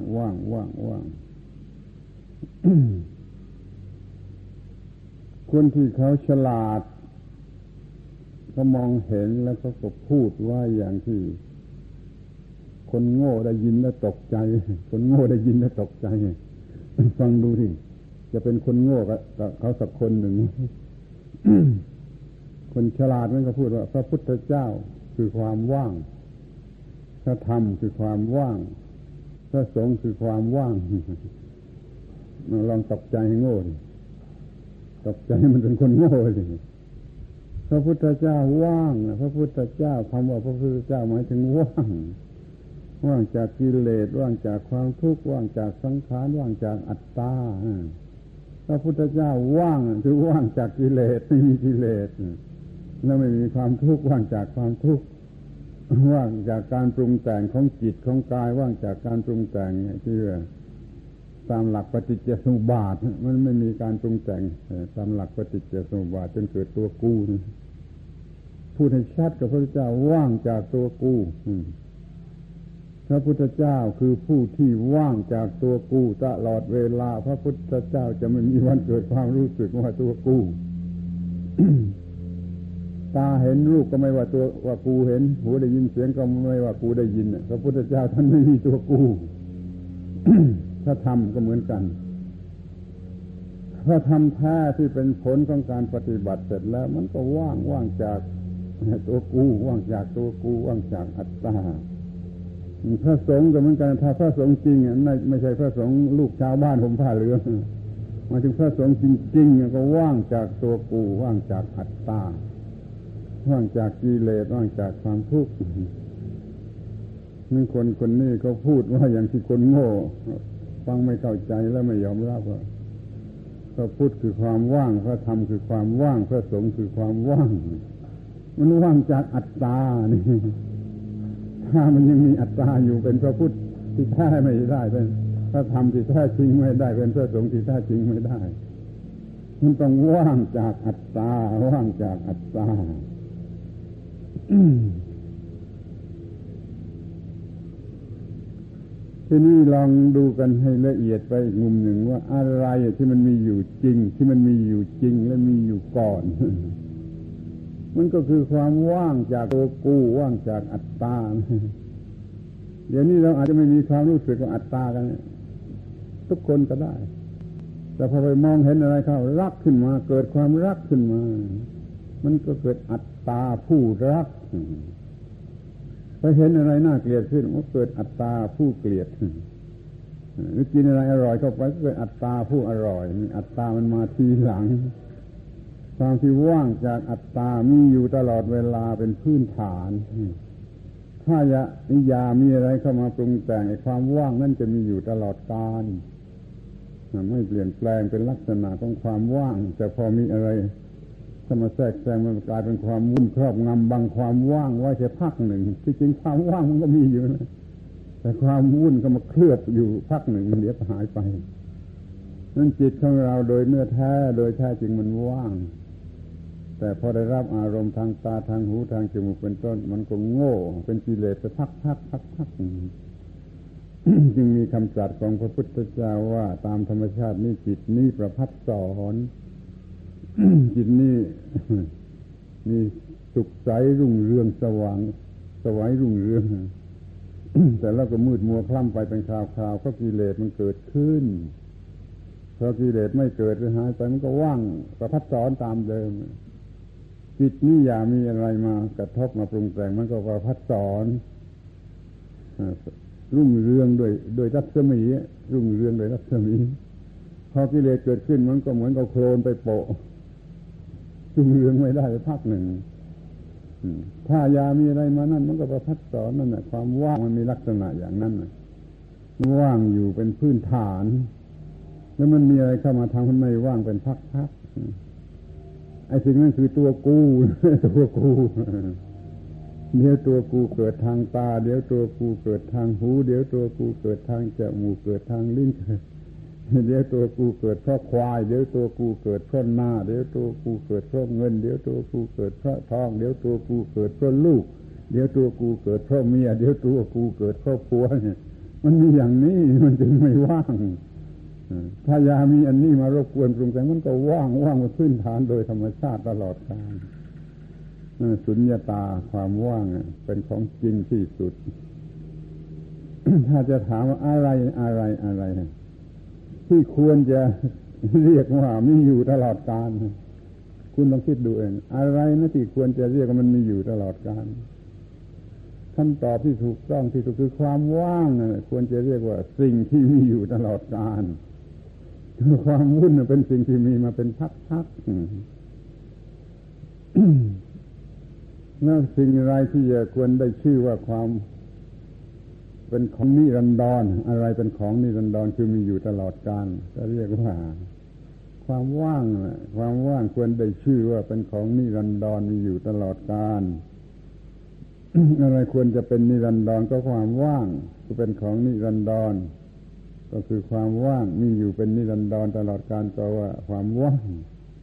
คนที่เขาฉลาดเขามองเห็นแล้วเขาก็พูดว่าอย่างที่คนโง่ได้ยินแล้วตกใจคนโง่ได้ยินแล้วตกใจฟังดูสิจะเป็นคนโง่กับเขาสักคนหนึ่ง คนฉลาดมันก็พูดว่าพระพุทธเจ้าคือความว่างพระธรรมคือความว่างพระสงฆ์คือความว่างลองตกใจให้โง่ดิตกใจมันเป็นคนโง่สิพระพุทธเจ้าว่างพระพุทธเจ้าคำว่าพระพุทธเจ้าหมายถึงว่างจากกิเลสว่างจากความทุกข์ว่างจากสังขารว่างจากอัตตาพระพุทธเจ้าว่างคือว่างจากกิเลสไม่มีกิเลสแล้วไม่มีความทุกข์ว่างจากความทุกข์ว่างจากการปรุงแต่งของจิตของกายว่างจากการปรุงแต่งที่ตามหลักปฏิจจสมุปบาทมันไม่มีการปรุงแต่งตามหลักปฏิจจสมุปบาทจนเกิดตัวกูพูดให้ชัดกับพระพุทธเจ้าว่างจากตัวกูพระพุทธเจ้าคือผู้ที่ว่างจากตัวกูตลอดเวลาพระพุทธเจ้าจะไม่มีวันเกิดความรู้สึกว่าตัวกู ตาเห็นรูปก็ไม่ว่าตัวว่ากูเห็นหูได้ยินเสียงก็ไม่ว่ากูได้ยินพระพุทธเจ้าท่านไม่มีตัวกู ถ้าทำก็เหมือนกันถ้าทำแท้ที่เป็นผลของการปฏิบัติเสร็จแล้วมันก็ว่างจากตัวกูว่างจากตัวกูว่างจากอัตตาพระสงฆ์ก็เหมือนกันถ้าพระสงฆ์จริงไม่ใช่พระสงฆ์ลูกชาวบ้านห่มผ้าเหลืองมาถึงพระสงฆ์จริงๆก็ว่างจากตัวกูว่างจากอัตตาว่างจากกิเลสว่างจากความทุกข์นี่คนคนนี้เขาพูดว่าอย่างที่คนโง่ฟังไม่เข้าใจแล้วไม่ยอมรับว่าพระพุทธคือความว่างพระธรรมคือความว่างพระสงฆ์คือความว่างมันว่างจากอัตตานี่ถ้ามันยังมีอัตตาอยู่เป็นพระพุทธที่แท้ไม่ได้เป็นพระธรรมที่แท้จริงไม่ได้เป็นพระสงฆ์ที่แท้จริงไม่ได้มันต้องว่างจากอัตตาว่างจากอัตตาทีนี้ลองดูกันให้ละเอียดไปอีกมุมหนึ่งว่าอะไรที่มันมีอยู่จริงที่มันมีอยู่จริงและมีอยู่ก่อนมันก็คือความว่างจากตัวกูว่างจากอัตตาเดี๋ยวนี้เราอาจจะไม่มีความรู้สึกว่าอัตตากันทุกคนก็ได้แต่พอไปมองเห็นอะไรเข้ารักขึ้นมาเกิดความรักขึ้นมามันก็เกิดอัตตาผู้รักไปเห็นอะไรน่าเกลียดขึ้นก็เกิดอัตตาผู้เกลียดหรือกินอะไรอร่อยเข้าไปก็เกิดอัตตาผู้อร่อยมีอัตตามันมาทีหลังความที่ว่างจากอัตตามีอยู่ตลอดเวลาเป็นพื้นฐานถ้าอย่ามีอะไรเข้ามาปรุงแต่งความว่างนั่นจะมีอยู่ตลอดกาลไม่เปลี่ยนแปลงเป็นลักษณะของความว่างแต่พอมีอะไรเข้ามาแทรกแซงมันกลายเป็นความวุ่นครอบงำบังความว่างไว้แค่พักหนึ่งที่จริงความว่างมันก็มีอยู่นะแต่ความวุ่นก็มาเคลือบอยู่พักหนึ่งมันเดี๋ยวหายไปนั่นจิตของเราโดยเนื้อแท้โดยแท้จริงมันว่างแต่พอได้รับอารมณ์ทางตาทางหูทางจมูกเป็นต้นมันก็โง่เป็นกิเลสไปพักจึงมีคำตรัสของพระพุทธเจ้าว่าตามธรรมชาตินี่จิตนี้ประภัสสร จิตนี้มีสุขใสรุ่งเรืองสว่างสวัยรุ่งเรือง แต่แล้วก็มืดมัวคล่ำไปเป็นคราวๆเพราะกิเลสมันเกิดขึ้นพอกิเลสไม่เกิดหรือหายไปมันก็ว่างประภัสสรตามเดิมจิตนี้อย่ามีอะไรมากระทบมาปรุงแต่งมันก็ประภัสสรรุ่งเรืองโดยรัศมีรุ่งเรืองโดยรัศมีพอกิเลสเกิดขึ้นมันก็เหมือนกับโคลนไปโปะรุ่งเรืองไม่ได้พักหนึ่งถ้ายามีอะไรมานั่นมันก็ประภัสสรนั่นแหละความว่างมันมีลักษณะอย่างนั้นว่างอยู่เป็นพื้นฐานแล้วมันมีอะไรเข้ามาทำให้ไม่ว่างเป็นพักๆไอ้สิ่งนั้นคือตัวกูตัวกูเดี๋ยวตัวกูเกิดทางตาเดี๋ยวตัวกูเกิดทางหูเดี๋ยวตัวกูเกิดทางจมูกเกิดทางลิ้นเดี๋ยวตัวกูเกิดเพราะควายเดี๋ยวตัวกูเกิดเพราะหน้าเดี๋ยวตัวกูเกิดเพราะเงินเดี๋ยวตัวกูเกิดเพราะทองเดี๋ยวตัวกูเกิดเพราะลูกเดี๋ยวตัวกูเกิดเพราะเมียเดี๋ยวตัวกูเกิดเพราะผัวมันมีอย่างนี้มันจึงไม่ว่างถ้ายามีอันนี้มารบกวนปรุงแต่งมันก็ว่างบนพื้นฐานโดยธรรมชาติตลอดกาลสุญญตาความว่างเป็นของจริงที่สุด ถ้าจะถามว่าอะไรที่ควรจะเรียกว่ามีอยู่ตลอดกาลคุณลองคิดดูเองอะไรนะที่ควรจะเรียกว่ามันมีอยู่ตลอดกาลคำตอบที่ถูกต้องที่สุดคือความว่างควรจะเรียกว่าสิ่งที่มีอยู่ตลอดกาลความวุ่นเป็นสิ่งที่มีมาเป็นพักแล้วสิ่งอะไรที่จะควรได้ชื่อว่าความเป็นของนิรันดรอะไรเป็นของนิรันดรคือมีอยู่ตลอดกาลก็เรียกว่าความว่างควรได้ชื่อว่าเป็นของนิรันดรมีอยู่ตลอดกาล อะไรควรจะเป็นนิรันดรก็ความว่างคือเป็นของนิรันดรก็คือความว่างมีอยู่เป็นนิรันดรตลอดกาลก็ว่าความว่าง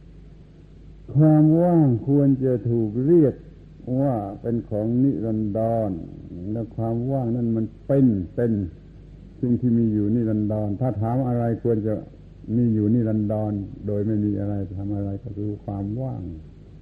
ควรจะถูกเรียกว่าเป็นของนิรันดรแล้วความว่างนั้นมันเป็นสิ่งที่มีอยู่นิรันดรถ้าถามอะไรควรจะมีอยู่นิรันดรโดยไม่มีอะไรทำอะไรก็คือความว่าง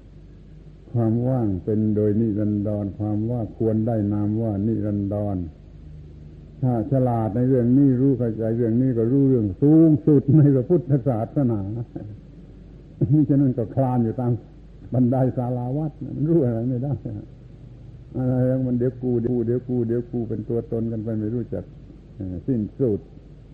เป็นโดยนิรันดรความว่าควรได้นามว่านิรันดรถ้าฉลาดในเรื่องนี้รู้เข้าใจเรื่องนี้ก็รู้เรื่องสูงสุดในพระพุทธศาสนานี่ฉะนั้นก็คลานอยู่ตามบันไดศาลาวัดมันรู้อะไรไม่ได้อะไรมันเดี๋ยวกูเป็นตัวตนกันไปไม่รู้จักสิ้นสุด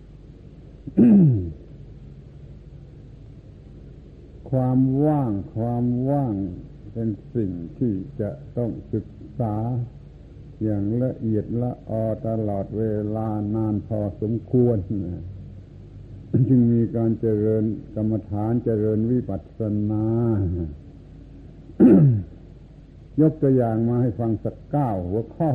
ความว่างเป็นสิ่งที่จะต้องศึกษาอย่างละเอียดละออตลอดเวลานานพอสมควรจึงมีการเจริญกรรมฐานเจริญวิปัสสนา ยกตัวอย่างมาให้ฟังสัก9 หัวข้อ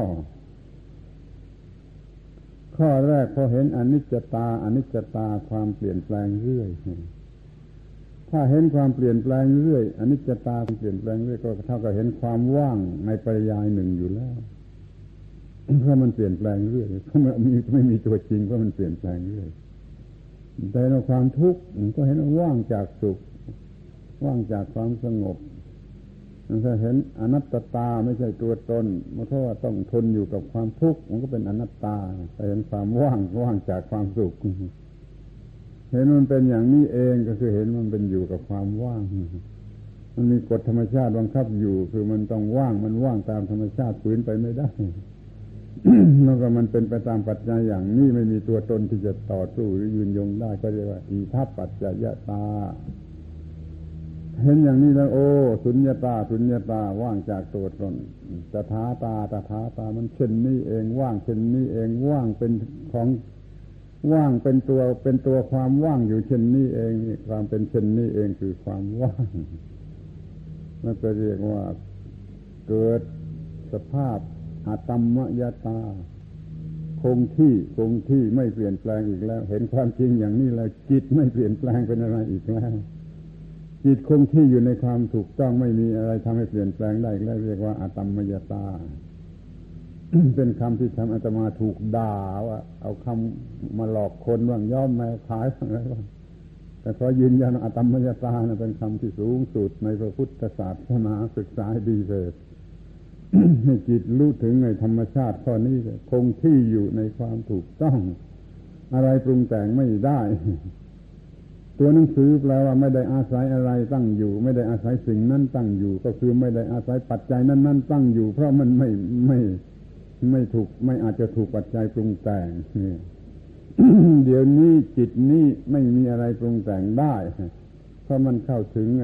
แรกพอเห็นอนิจจตาความเปลี่ยนแปลงเรื่อยถ้าเห็นความเปลี่ยนแปลงเรื่อยอนิจจตาความเปลี่ยนแปลงเรื่อยก็เท่ากับเห็นความว่างในปริยายหนึ่งอยู่แล้วเพราะมันเปลี่ยนแปลงเรื่อยเพราะไม่มีตัวจริงเพราะมันเปลี่ยนแปลงเรื่อยแต่ในความทุกข์ก็เห็นว่าว่างจากสุขว่างจากความสงบถ้าเห็นอนัตตาไม่ใช่ตัวตนเพราะว่าต้องทนอยู่กับความทุกข์มันก็เป็นอนัตตาแต่เห็นความว่างจากความสุขเห็นมันเป็นอย่างนี้เองก็คือเห็นมันเป็นอยู่กับความว่างมันมีกฎธรรมชาติบังคับอยู่คือมันต้องว่างมันว่างตามธรรมชาติฝืนไปไม่ได้ แล้วก็มันเป็นไปตามปัจจัยอย่างนี้ไม่มีตัวตนที่จะต่อสู้หรือยืนยงได้ก็เรียกว่าอิทัปปัจจยตาเห็นอย่างนี้แล้วโอ้สุญญตาว่างจากตัวตนตถาตามันเช่นนี้เองว่างเช่นนี้เองว่างเป็นของว่างเป็นตัวความว่างอยู่เช่นนี้เองความเป็นเช่นนี้เองคือความว่างนั่นก็เรียกว่าเกิดสภาพอาตัมมยตาคงที่ไม่เปลี่ยนแปลงอีกแล้วเห็นความจริงอย่างนี้แล้วจิตไม่เปลี่ยนแปลงเป็นอะไรอีกแล้วจิตคงที่อยู่ในความถูกต้องไม่มีอะไรทำให้เปลี่ยนแปลงได้อีกแล้วเรียกว่าอาตัมมยตา เป็นคำที่ทำอาตมาถูกด่าว่าเอาคำมาหลอกคนว่างย่อมแม่ขายอะไรบ้างแต่ขอยืนยันอาตัมมยตาเป็นคำที่สูงสุดในพระพุทธศาสนาศึกษาให้ดีเถิด ให้จิตรู้ถึงในธรรมชาติข้อนี้คงที่อยู่ในความถูกต้องอะไรปรุงแต่งไม่ได้ ตัวหนังสือแปลว่าไม่ได้อาศัยอะไรตั้งอยู่ไม่ได้อาศัยสิ่งนั้นตั้งอยู่ก็คือไม่ได้อาศัยปัจจัยนั้นตั้งอยู่เพราะมันไม่ถูกไม่อาจจะถูกปัจจัยปรุงแต่ง เดี๋ยวนี้จิตนี้ไม่มีอะไรปรุงแต่งได้เพราะมันเข้าถึง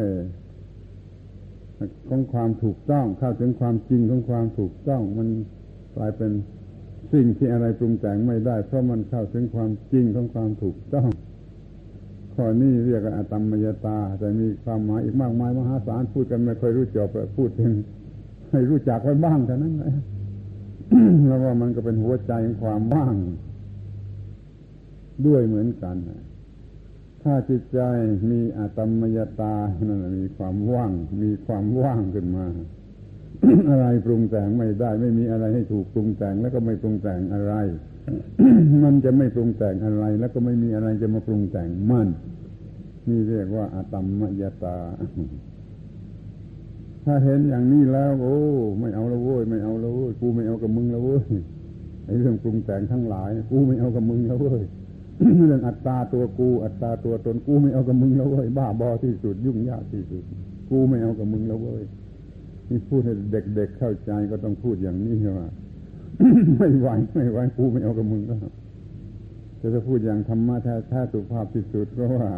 ของความถูกต้องเข้าถึงความจริงของความถูกต้องมันกลายเป็นสิ่งที่อะไรปรุงแต่งไม่ได้เพราะมันเข้าถึงความจริงของความถูกต้องข้อนี้เรียกว่าอาตัมมยตาแต่มีความหมายอีกมากมายมหาศาลพูดกันไม่ค่อยรู้จบพูดถึงให้รู้จักไว้บ้างเท่านั้นแหละ แล้วว่ามันก็เป็นหัวใจของความว่างด้วยเหมือนกันถ้าจิตใจมีอาตัมมยตานั่นมีความว่างขึ้นมา อะไรปรุงแต่งไม่ได้ไม่มีอะไรให้ถูกปรุงแต่งแล้วก็ไม่ปรุงแต่งอะไร มันจะไม่ปรุงแต่งอะไรแล้วก็ไม่มีอะไรจะมาปรุงแต่งมันนี่เรียกว่าอาตัมมยตา ถ้าเห็นอย่างนี้แล้วโอ้ไม่เอาละโว้ยไม่เอาละโว้ยกูไม่เอากับมึงละโว้ยไอ้เรื่องปรุงแต่งทั้งหลายกูไม่เอากับมึงละโว้ย เรื่องอัตตาตัวกูอัตตาตัวตนกูไม่เอากับมึงละโว้ยบ้าบอที่สุดยุ่งยากที่สุดกูไม่เอากับมึงละโว้ยนี่พูดให้เด็กๆเข้าใจก็ต้องพูดอย่างนี้ว่า ไม่ไหวกูไม่เอากับมึงแล้วจะพูดอย่างธรรมะแท้ๆสุภาพที่สุดก็ว่า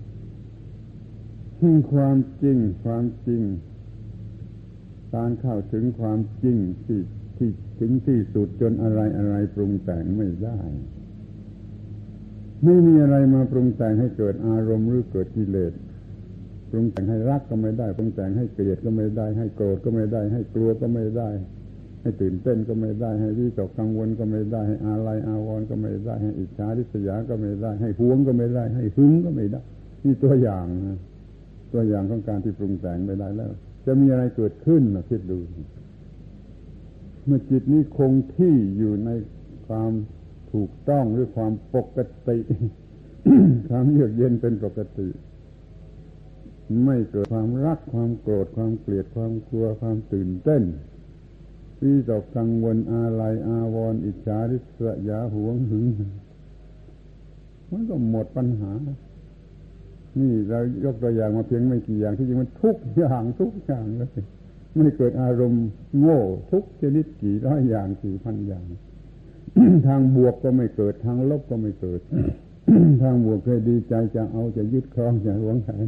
ความจริงการเข้าถึงความจริงที่ถึงที่สุดจนอะไรปรุงแต่งไม่ได้ไม่มีอะไรมาปรุงแต่งให้เกิดอารมณ์หรือเกิดกิเลสปรุงแต่งให้รักก็ไม่ได้ปรุงแต่งให้เกลียดก็ไม่ได้ให้โกรธก็ไม่ได้ให้กลัวก็ไม่ได้ให้ตื่นเต้นก็ไม่ได้ให้วิตกกังวลก็ไม่ได้ให้อาลัยอาวรณ์ก็ไม่ได้ให้อิจฉาริษยาก็ไม่ได้ให้หวงก็ไม่ได้ให้หึงก็ไม่ได้นี่ตัวอย่างของการที่ปรุงแต่งไม่ได้แล้วจะมีอะไรเกิดขึ้นนะคิดดูเมื่อจิตนี้คงที่อยู่ในความถูกต้องหรือความปกติ ความเยือกเย็นเป็นปกติไม่เกิดความรักความโกรธความเกลียดความกลัวความตื่นเต้นวิตกกังวลอาลัยอาวรณ์อิจฉาริษยาหวงหึงมันก็หมดปัญหานี่เรายกตัวอย่างมาเพียงไม่กี่อย่างที่จริงมันทุกอย่างเลยไม่เกิดอารมณ์โง่ทุกชนิดกี่ร้อยอย่างกี่พันอย่าง ทางบวกก็ไม่เกิดทางลบก็ไม่เกิด ทางบวกเคยดีใจจะเอาจะยึดครองจะหวงแหน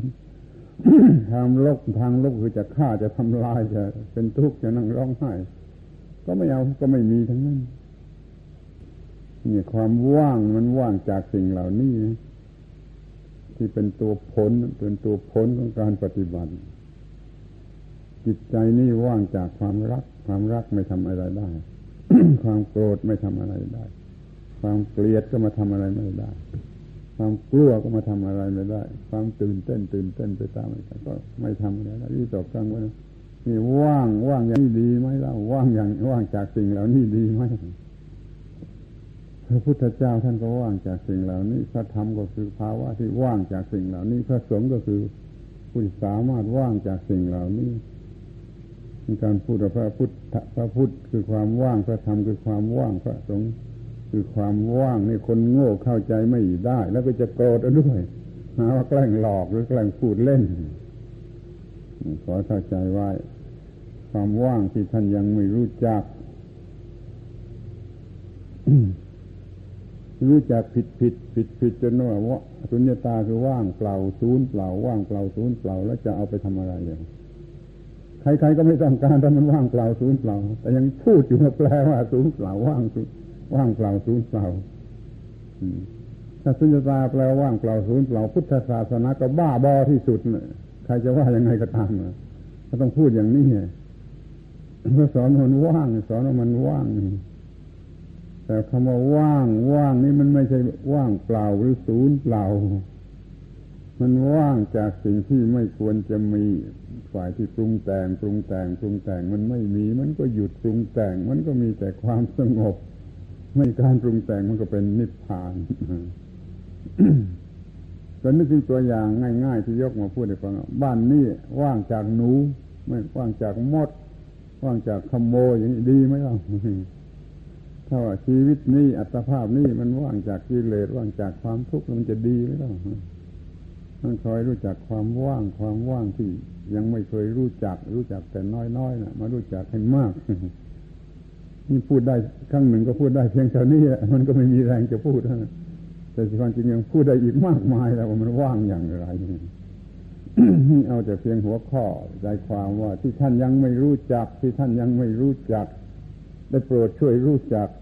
ทางลบคือจะฆ่าจะทำลายจะเป็นทุกข์จะนั่งร้องไห้ก็ไม่เอาก็ไม่มีทั้งนั้นนี่ความว่างมันว่างจากสิ่งเหล่านี้ที่เป็นตัวผลของการปฏิบัติจิตใจนี่ว่างจากความรักไม่ทำอะไรได้ ความโกรธไม่ทำอะไรได้ความเกลียดก็มาทำอะไรไม่ได้ความกลัวก็มาทำอะไรไม่ได้ความตื่นเต้นไปตามอะไรก็ไม่ทำอะไรได้ที่ตกกลางวันนี่ว่างอย่างนี้ดีไหมล่ะว่างจากสิ่งเหล่านี้ดีไหมพระพุทธเจ้าท่านก็ว่างจากสิ่งเหล่านี้พระธรรมก็คือภาวะที่ว่างจากสิ่งเหล่านี้พระสงฆ์ก็คือผู้สามารถว่างจากสิ่งเหล่านี้มีการพูดว่าพระพุทธคือความว่างพระธรรมคือความว่างพระสงฆ์คือความว่างนี่คนโง่เข้าใจไม่ได้แล้วก็จะโกรธด้วยหาว่าแกล้งหลอกหรือแกล้งพูดเล่นขอเข้าใจไว้ความว่างที่ท่านยังไม่รู้จัก รู้จักผิดจนว่าสุญญตาคือว่างเปล่าศูนย์เปล่าว่างเปล่าศูนย์เปล่าแล้วจะเอาไปทำอะไรอย่างใครๆก็ไม่ต้องการถ้ามันว่างเปล่าศูนย์เปล่าแต่ยังพูดอยู่แปลว่าศูนย์เปล่าว่างเปล่าศูนย์เปล่าถ้าสุญญตาแปลว่างเปล่าศูนย์เปล่าพุทธศาสนาก็บ้าบอที่สุดใครจะว่ายังไงก็ตามก็ต้องพูดอย่างนี้เพื่อสอนมันว่างสอนว่ามันว่างแต่คำว่าว่างนี่มันไม่ใช่ว่างเปล่าหรือศูนย์เปล่ามันว่างจากสิ่งที่ไม่ควรจะมีฝ่ายที่ปรุงแต่งมันไม่มีมันก็หยุดปรุงแต่งมันก็มีแต่ความสงบไม่การปรุงแต่งมันก็เป็นนิพพาน ก็นึกถึงตัวอย่างง่ายๆที่ยกมาพูดให้ฟังบ้านนี้ว่างจากหนูไม่ว่างจากมดว่างจากขโมยอย่างนี้ดีไหมล่ะถ้าว่าชีวิตนี้อัตภาพนี้มันว่างจากกิเลสว่างจากความทุกข์มันจะดีไหมล่ะมันคอยรู้จักความว่างที่ยังไม่เคยรู้จักแต่น้อยๆนะมารู้จักให้มากนี่พูดได้ครั้งหนึ่งก็พูดได้เพียงเท่านี้มันก็ไม่มีแรงจะพูดแต่ความจริงยังพูดได้อีกมากมายแล้วว่ามันว่างอย่างไร เอาแต่เพียงหัวข้อใจความว่าที่ท่านยังไม่รู้จักได้โปรดช่วยรู้จัก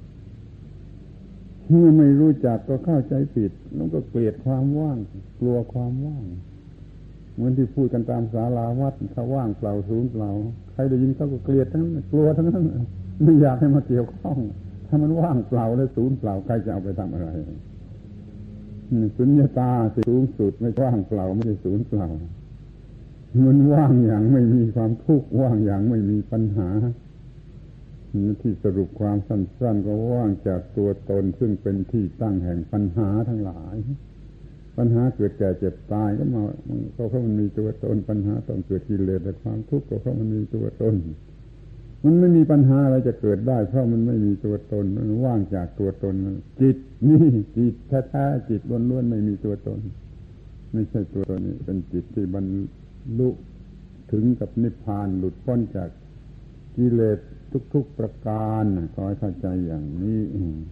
เมื่อไม่รู้จักก็เข้าใจผิดแล้วก็เกลียดความว่างกลัวความว่างเหมือนที่พูดกันตามศาลาวัดถ้าว่างเปล่าศูนย์เปล่าใครได้ยินเขาก็เกลียดทั้งนั้นกลัวทั้งนั้นไม่อยากให้มาเกี่ยวข้องถ้ามันว่างเปล่าและศูนย์เปล่าใครจะเอาไปทำอะไรสุญญตาสูงสุดไม่ว่างเปล่าไม่ใช่ศูนย์เปล่ามันว่างอย่างไม่มีความทุกข์ว่างอย่างไม่มีปัญหาที่สรุปความสั้นๆก็ว่างจากตัวตนซึ่งเป็นที่ตั้งแห่งปัญหาทั้งหลายปัญหาเกิดแก่เจ็บตายก็เพราะมันมีตัวตนปัญหาต้องเกิดกิเลสและความทุกข์ก็เพราะมันมีตัวตนมันไม่มีปัญหาอะไรจะเกิดได้เพราะมันไม่มีตัวตนมันว่างจากตัวตนจิตนี่จิตแท้ๆจิตล้วนๆไม่มีตัวตนไม่ใช่ตัวตนนี้เป็นจิตที่บรรลุถึงกับนิพพานหลุดพ้นจากกิเลสทุกๆประการขอให้เข้าใจอย่างนี้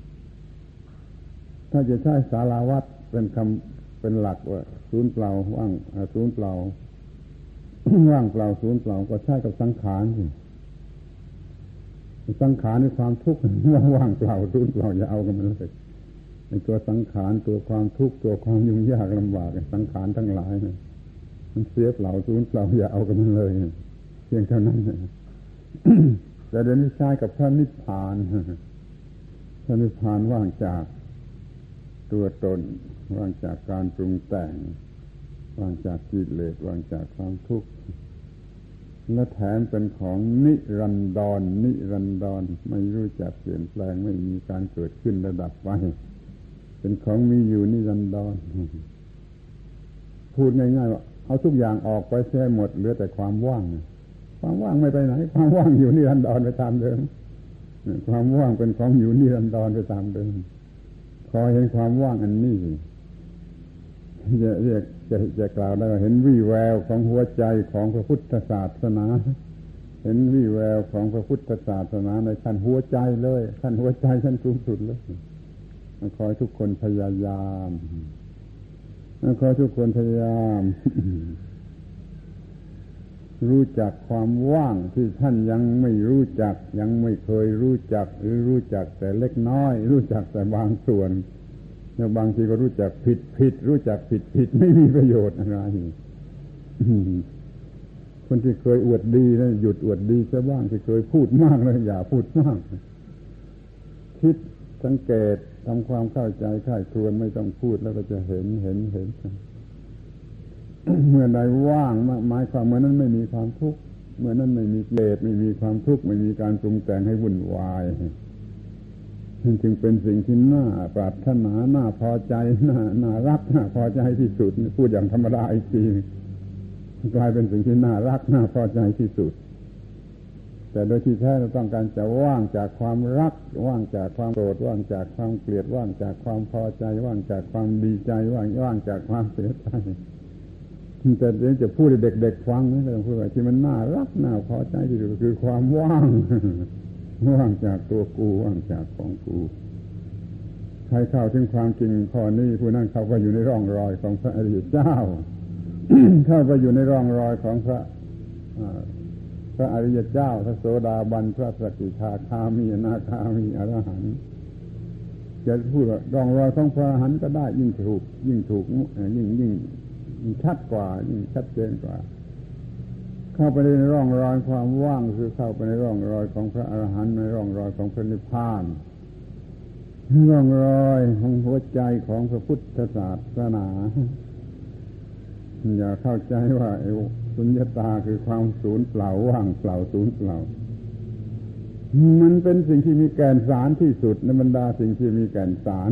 ถ้าจะใช้สาราวัดเป็นหลักว่าศูนย์เปล่าว่างศูนย์เปล่า ว่างเปล่าศูนย์เปล่าก็ใช้กับสังขารสิสังขารในความทุกข์ว่างเปล่าศูนย์เปล่าอย่าเอากันมันเลยในตัวสังขารตัวความทุกข์ตัวความยุ่งยากลำบากสังขารทั้งหลายมันเสียเปล่าศูนย์เปล่าอย่าเอากันมันเลยเพียงเท่านั้นแต่เดี๋ยวนี้ใช้กับพระนิพพานพระนิพพานว่างจากตัวตนว่างจากการปรุงแต่งว่างจากกิเลสว่างจากความทุกข์และแถมเป็นของนิรันดรไม่รู้จักเปลี่ยนแปลงไม่มีการเกิดขึ้นระดับไปเป็นของมีอยู่นิรันดรพูดง่ายๆว่าเอาทุกอย่างออกไปเสียหมดเหลือแต่ความว่างไม่ไปไหนความว่างอยู่นิรันดรไปตามเดิมความว่างเป็นของอยู่นิรันดรไปตามเดิมขอเห็นความว่างอันนี้จะกล่าวได้ว่าเห็นวี่แววของหัวใจของพระพุทธศาสนาเห็นวี่แววของพระพุทธศาสนาในขั้นหัวใจเลยขั้นหัวใจชั้นสูงสุดเลยขอให้ทุกคนพยายามรู้จักความว่างที่ท่านยังไม่รู้จักยังไม่เคยรู้จักหรือรู้จักแต่เล็กน้อยรู้จักแต่บางส่วนแล้วบางทีก็รู้จักผิดรู้จักผิดไม่มีประโยชน์อะไรคนที่เคยอวดดีนะหยุดอวดดีซะบ้างที่เคยพูดมากแล้วอย่าพูดมากคิดสังเกตทำความเข้าใจค่ายครวญไม่ต้องพูดแล้วก็จะเห็นเมื่อใดว่างหมายความเมื่อนั้นไม่มีความทุกข์เมื่อนั้นไม่มีกิเลสไม่มีความทุกข์ไม่มีการปรุงแต่งให้วุ่นวายจึงเป็นสิ่งที่น่าปรารถนาน่าพอใจน่ารักน่าพอใจที่สุดพูดอย่างธรรมดาอีกทีกลายเป็นสิ่งที่น่ารักน่าพอใจที่สุดแต่โดยที่แท้เราต้องการจะว่างจากความรักว่างจากความโกรธว่างจากความเกลียดว่างจากความพอใจว่างจากความดีใจว่างจากความเสียใจแต่เดี๋ยวจะพูดให้เด็กๆฟังนะต้องพูดว่าที่มันน่ารักน่าพอใจที่สุดคือความว่างว่างจากตัวกูว่างจากของกูใครเข้าถึงความจริงข้อนี้ผู้นั้นเขาก็อยู่ในร่องรอยของพระอริยเจ้า เข้าไปอยู่ในร่องรอยของพระอริยเจ้าพระโสดาบันพระสกิทาคามีอนาคามีอรหันต์จะพูดว่าร่องรอยของพระอรหันต์ก็ได้ยิ่งถูกยิ่งชัดกว่ายิ่งชัดเจนกว่าเข้าไปในร่องรอยความว่างคือเข้าไปในร่องรอยของพระอรหันต์ในร่องรอยของพระนิพพานร่องรอยของหัวใจของพระพุทธศาสนาอย่าเข้าใจว่าสุญญตาคือความสูญเปล่าว่างเปล่าสูญเปล่ามันเป็นสิ่งที่มีแก่นสารที่สุดในบรรดาสิ่งที่มีแก่นสาร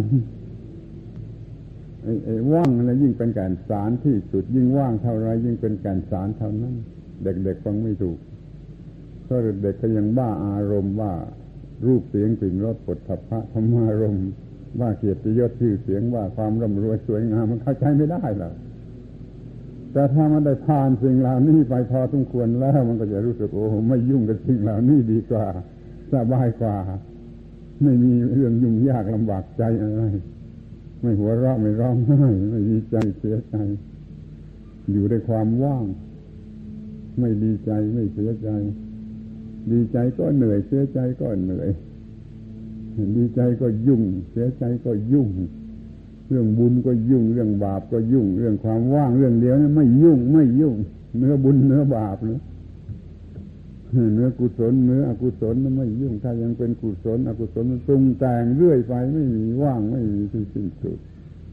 ว่างอะไรยิ่งเป็นแก่นสารที่สุดยิ่งว่างเท่าไรยิ่งเป็นแก่นสารเท่านั้นเด็กๆฟังไม่ถูกเพราะเด็กๆก็ยังบ้าอารมณ์ว่ารูปเสียงกลิ่นรสผลฐัพพะธรรมารมณ์ว่าเกียรติยศชื่อเสียงว่าความร่ำรวยสวยงามมันเข้าใจไม่ได้หรอกแต่ถ้ามันได้ผ่านสิ่งเหล่านี้ไปพอสมควรแล้วมันก็จะรู้สึกโอ้ไม่ยุ่งกับสิ่งเหล่านี้ดีกว่าสบายกว่าไม่มีเรื่องยุ่งยากลำบากใจอะไรไม่หัวเราะไม่ร้องไห้ไม่ดีใจเสียใจอยู่ในความว่างไม่ดีใจไม่เสียใจดีใจก็เหนื่อยเสียใจก็เหนื่อยดีใจก็ยุ่งเสียใจก็ยุ่งเรื่องบุญก็ยุ่งเรื่องบาปก็ยุ่งเรื่องความว่างเรื่องเดียวนี่ไม่ยุ่งเนื้อบุญเนื้อบาปเนื้อกุศลเนื้ออกุศลไม่ยุ่งถ้ายังเป็นกุศลอกุศลมันปรุงแต่งเรื่อยไปไม่มีว่างไม่มีที่สิ้นสุด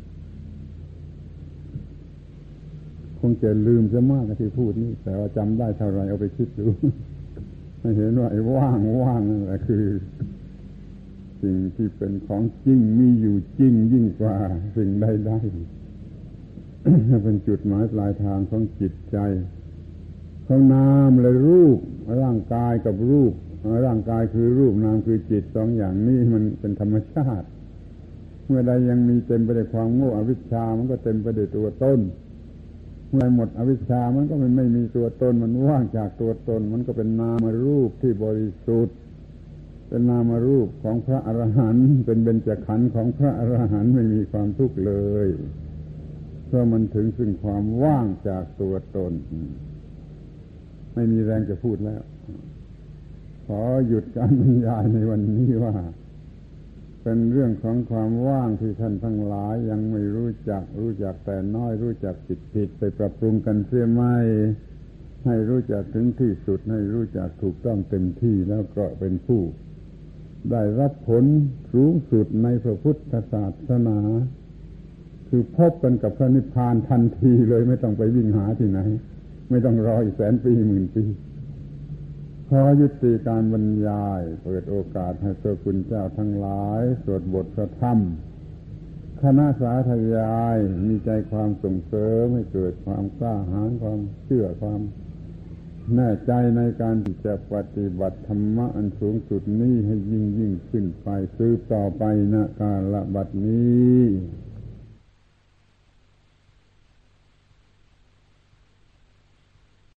คงจะลืมซะมากที่พูดนี่แต่ว่าจำได้เท่าไรเอาไปคิดดูให้เห็นว่าไอ้ว่างนั่นแหละคือสิ่งที่เป็นของจริงมีอยู่จริงยิ่งกว่าสิ่งใดๆ เป็นจุดหมายปลายทางของจิตใจของนามและรูปร่างกายกับรูปร่างกายคือรูปนามคือจิตสองอย่างนี้มันเป็นธรรมชาติเมื่อใดยังมีเต็มไปด้วยความโง่อวิชชามันก็เต็มไปด้วยตัวตนเมื่อหมดอวิชชามันก็ไม่มีตัวตนมันว่างจากตัวตนมันก็เป็นนามรูปที่บริสุทธิ์เป็นนามรูปของพระอรหันต์เป็นเบญจขันธ์ของพระอรหันต์ไม่มีความทุกข์เลยเพราะมันถึงซึ่งความว่างจากตัวตนไม่มีแรงจะพูดแล้วขอหยุดการบรรยายในวันนี้ว่าเป็นเรื่องของความว่างที่ท่านทั้งหลายยังไม่รู้จักแต่น้อยรู้จักผิดไปปรับปรุงกันเสียไม่ให้รู้จักถึงที่สุดให้รู้จักถูกต้องเต็มที่แล้วก็เป็นผู้ได้รับผลสูงสุดในพระพุทธศาสนาคือพบกันกับพระนิพพานทันทีเลยไม่ต้องไปวิ่งหาที่ไหนไม่ต้องรออีกแสนปีหมื่นปีขอยุติการบรรยายเปิดโอกาสให้พระคุณเจ้าทั้งหลายสวดบทพระธรรมคณะสาธยายมีใจความส่งเสริมให้เกิดความกล้าหาญความเชื่อความแน่ใจในการที่จะปฏิบัติธรรมะอันสูงสุดนี้ให้ยิ่งขึ้นไปสืบต่อไปณกาลบัดนี้